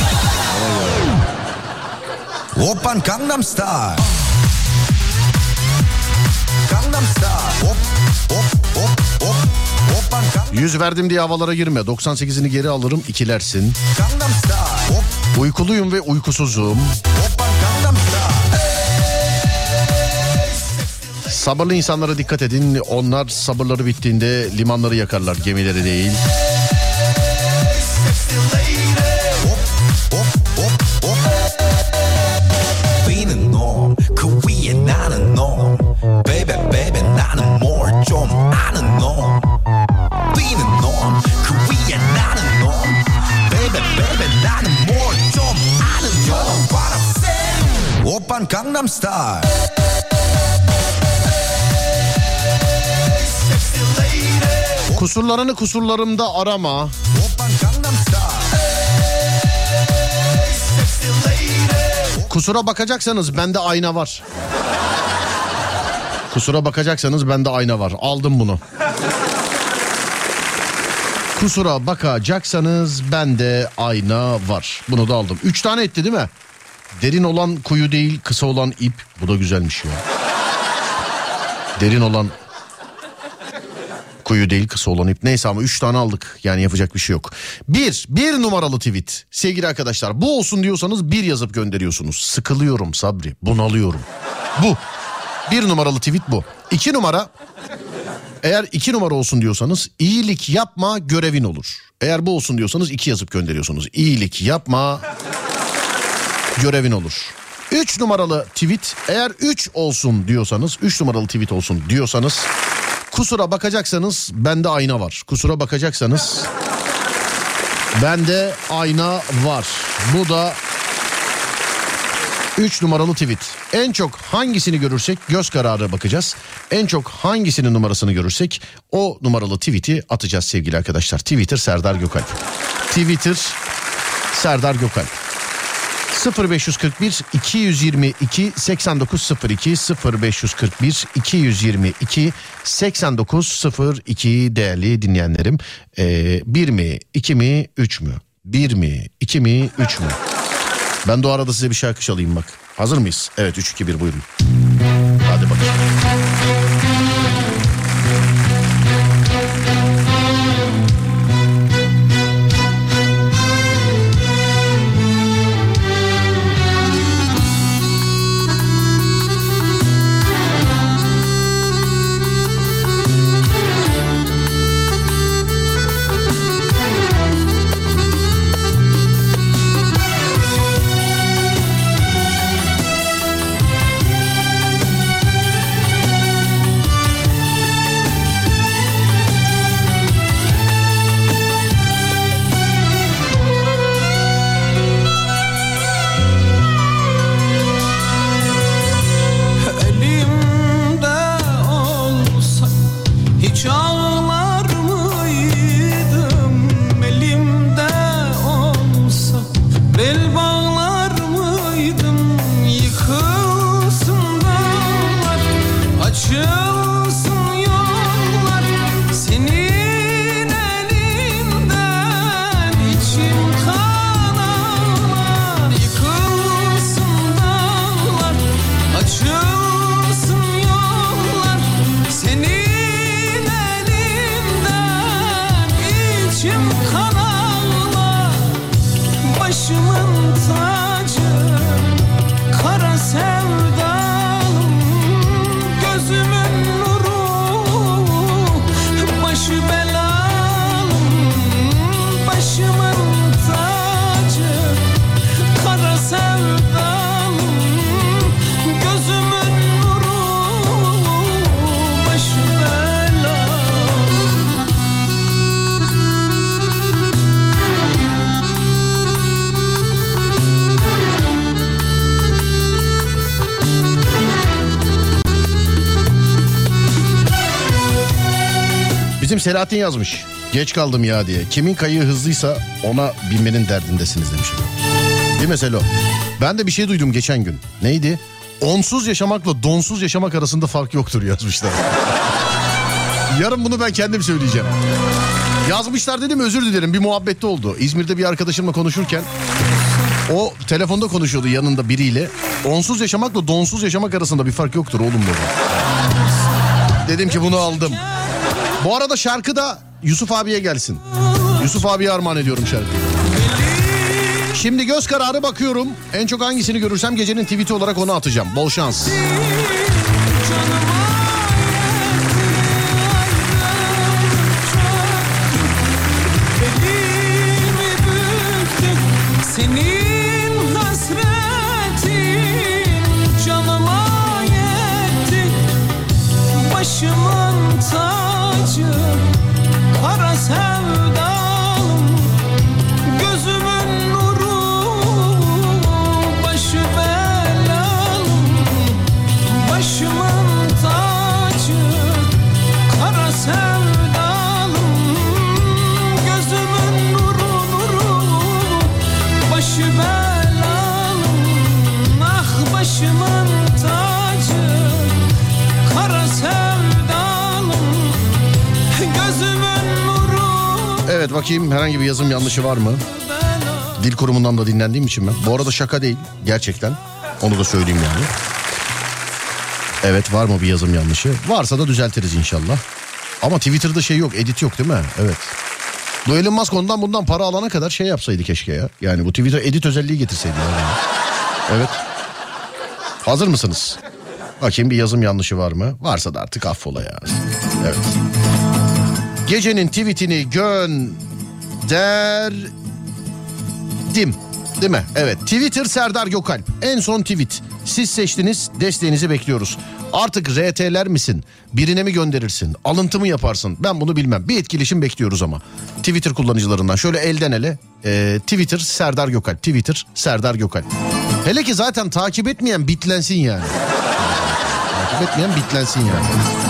Oppan Gangnam Style. Gangnam Style. Hop hop hop hop. Oppan Gangnam Yüz verdim diye havalara girme. doksan sekizini geri alırım, ikilersin. Gangnam Style. Hop Uykuluyum ve uykusuzum. Oppan Gangnam Style. Sabırlı insanlara dikkat edin. Onlar sabırları bittiğinde limanları yakarlar, gemileri değil. Being norm, 그 위에 나는 norm. Baby, baby, 나는 more 좀 아는 norm. Being norm, 그 위에 나는 norm. Baby, baby, 나는 more 좀 아는 norm. What I'm saying? 오빤 Gangnam Style. Kusurlarını kusurlarımda arama. 오빤 Gangnam Style. Kusura bakacaksanız bende ayna var. Kusura bakacaksanız bende ayna var. Aldım bunu. Kusura bakacaksanız bende ayna var. Bunu da aldım. Üç tane etti değil mi? Derin olan kuyu değil, kısa olan ip. Bu da güzelmiş ya. Derin olan kuyu değil, kısa olan ip. Neyse ama üç tane aldık. Yani yapacak bir şey yok. Bir, bir numaralı tweet. Sevgili arkadaşlar, bu olsun diyorsanız bir yazıp gönderiyorsunuz. Sıkılıyorum Sabri, bunalıyorum. Bu. Bir numaralı tweet bu. İki numara. Eğer iki numara olsun diyorsanız iyilik yapma görevin olur. Eğer bu olsun diyorsanız iki yazıp gönderiyorsunuz. İyilik yapma görevin olur. Üç numaralı tweet, eğer üç olsun diyorsanız, üç numaralı tweet olsun diyorsanız, kusura bakacaksanız bende ayna var. Kusura bakacaksanız bende ayna var. Bu da üç numaralı tweet. En çok hangisini görürsek göz kararı bakacağız. En çok hangisinin numarasını görürsek o numaralı tweet'i atacağız sevgili arkadaşlar. Twitter Serdar Gökalp. Twitter Serdar Gökalp. sıfır beş kırk bir iki yüz yirmi iki seksen dokuz sıfır iki sıfır beş kırk bir iki yüz yirmi iki seksen dokuz sıfır iki değerli dinleyenlerim. Ee, bir mi, iki mi, üç mü? Bir mi, iki mi, üç mü? Ben de o arada size bir şarkı çalayım bak. Hazır mıyız? Evet, üç iki bir buyurun. Hadi bakayım. Bizim Selahattin yazmış. Geç kaldım ya diye. Kimin kayığı hızlıysa ona binmenin derdindesiniz demiş. Değil mi Selo? Ben de bir şey duydum geçen gün. Neydi? Onsuz yaşamakla donsuz yaşamak arasında fark yoktur yazmışlar. Yarın bunu ben kendim söyleyeceğim. Yazmışlar dedim, özür dilerim, bir muhabbette oldu. İzmir'de bir arkadaşımla konuşurken o telefonda konuşuyordu yanında biriyle. Onsuz yaşamakla donsuz yaşamak arasında bir fark yoktur oğlum dedi. Dedim ki bunu aldım. Bu arada şarkı da Yusuf abiye gelsin. Yusuf abiye armağan ediyorum şarkıyı. Şimdi göz kararı bakıyorum. En çok hangisini görürsem gecenin tweet'i olarak onu atacağım. Bol şans. Senin hasretin canıma yetti. Başımın tacı kara sevdalım, gözümün nuru başı belalım. Başımın tacı kara sevdalım, gözümün nuru nuru başı belalım. bakayım herhangi bir yazım yanlışı var mı? Dil kurumundan da dinlendiğim için ben. Bu arada şaka değil gerçekten. Onu da söyleyeyim yani. Evet, var mı bir yazım yanlışı? Varsa da düzeltiriz inşallah. Ama Twitter'da şey yok, edit yok değil mi? Evet. Bu Elon Musk ondan bundan para alana kadar şey yapsaydı keşke ya. Yani bu Twitter edit özelliği getirseydi. Yani. Evet. Hazır mısınız? Bakayım bir yazım yanlışı var mı? Varsa da artık affola ya. Evet. Gecenin tweetini gönderdim. Değil mi? Evet. Twitter Serdar Gökalp. En son tweet. Siz seçtiniz. Desteğinizi bekliyoruz. Artık R T'ler misin? Birine mi gönderirsin? Alıntı mı yaparsın? Ben bunu bilmem. Bir etkileşim bekliyoruz ama. Twitter kullanıcılarından. Şöyle elden ele. E, Twitter Serdar Gökalp. Twitter Serdar Gökalp. Hele ki zaten takip etmeyen bitlensin yani. takip etmeyen bitlensin yani.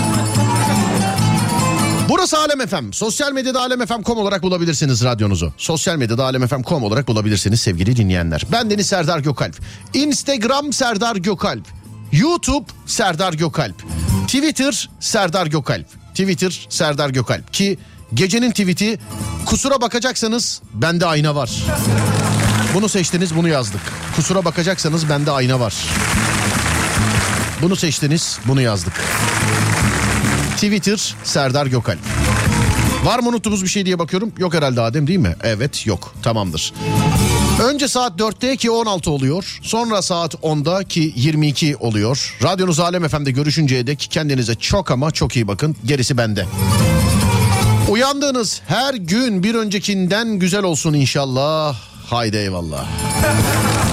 Burası Alem F M. Sosyal medyada alem f m nokta com olarak bulabilirsiniz radyonuzu. Sosyal medyada alem f m nokta com olarak bulabilirsiniz sevgili dinleyenler. Ben Deniz Serdar Gökalp. Instagram Serdar Gökalp. YouTube Serdar Gökalp. Twitter Serdar Gökalp. Twitter Serdar Gökalp. Ki gecenin tweet'i kusura bakacaksanız bende ayna var. Bunu seçtiniz, bunu yazdık. Kusura bakacaksanız bende ayna var. Bunu seçtiniz, bunu yazdık. Twitter Serdar Gökalp. Var mı unuttuğumuz bir şey diye bakıyorum. Yok herhalde Adem, değil mi? Evet, yok. Tamamdır. Önce saat dörtte ki on altı oluyor. Sonra saat onda ki yirmi iki oluyor. Radyonuz Alem F M'de görüşünceye dek kendinize çok ama çok iyi bakın. Gerisi bende. Uyandığınız her gün bir öncekinden güzel olsun inşallah. Haydi eyvallah.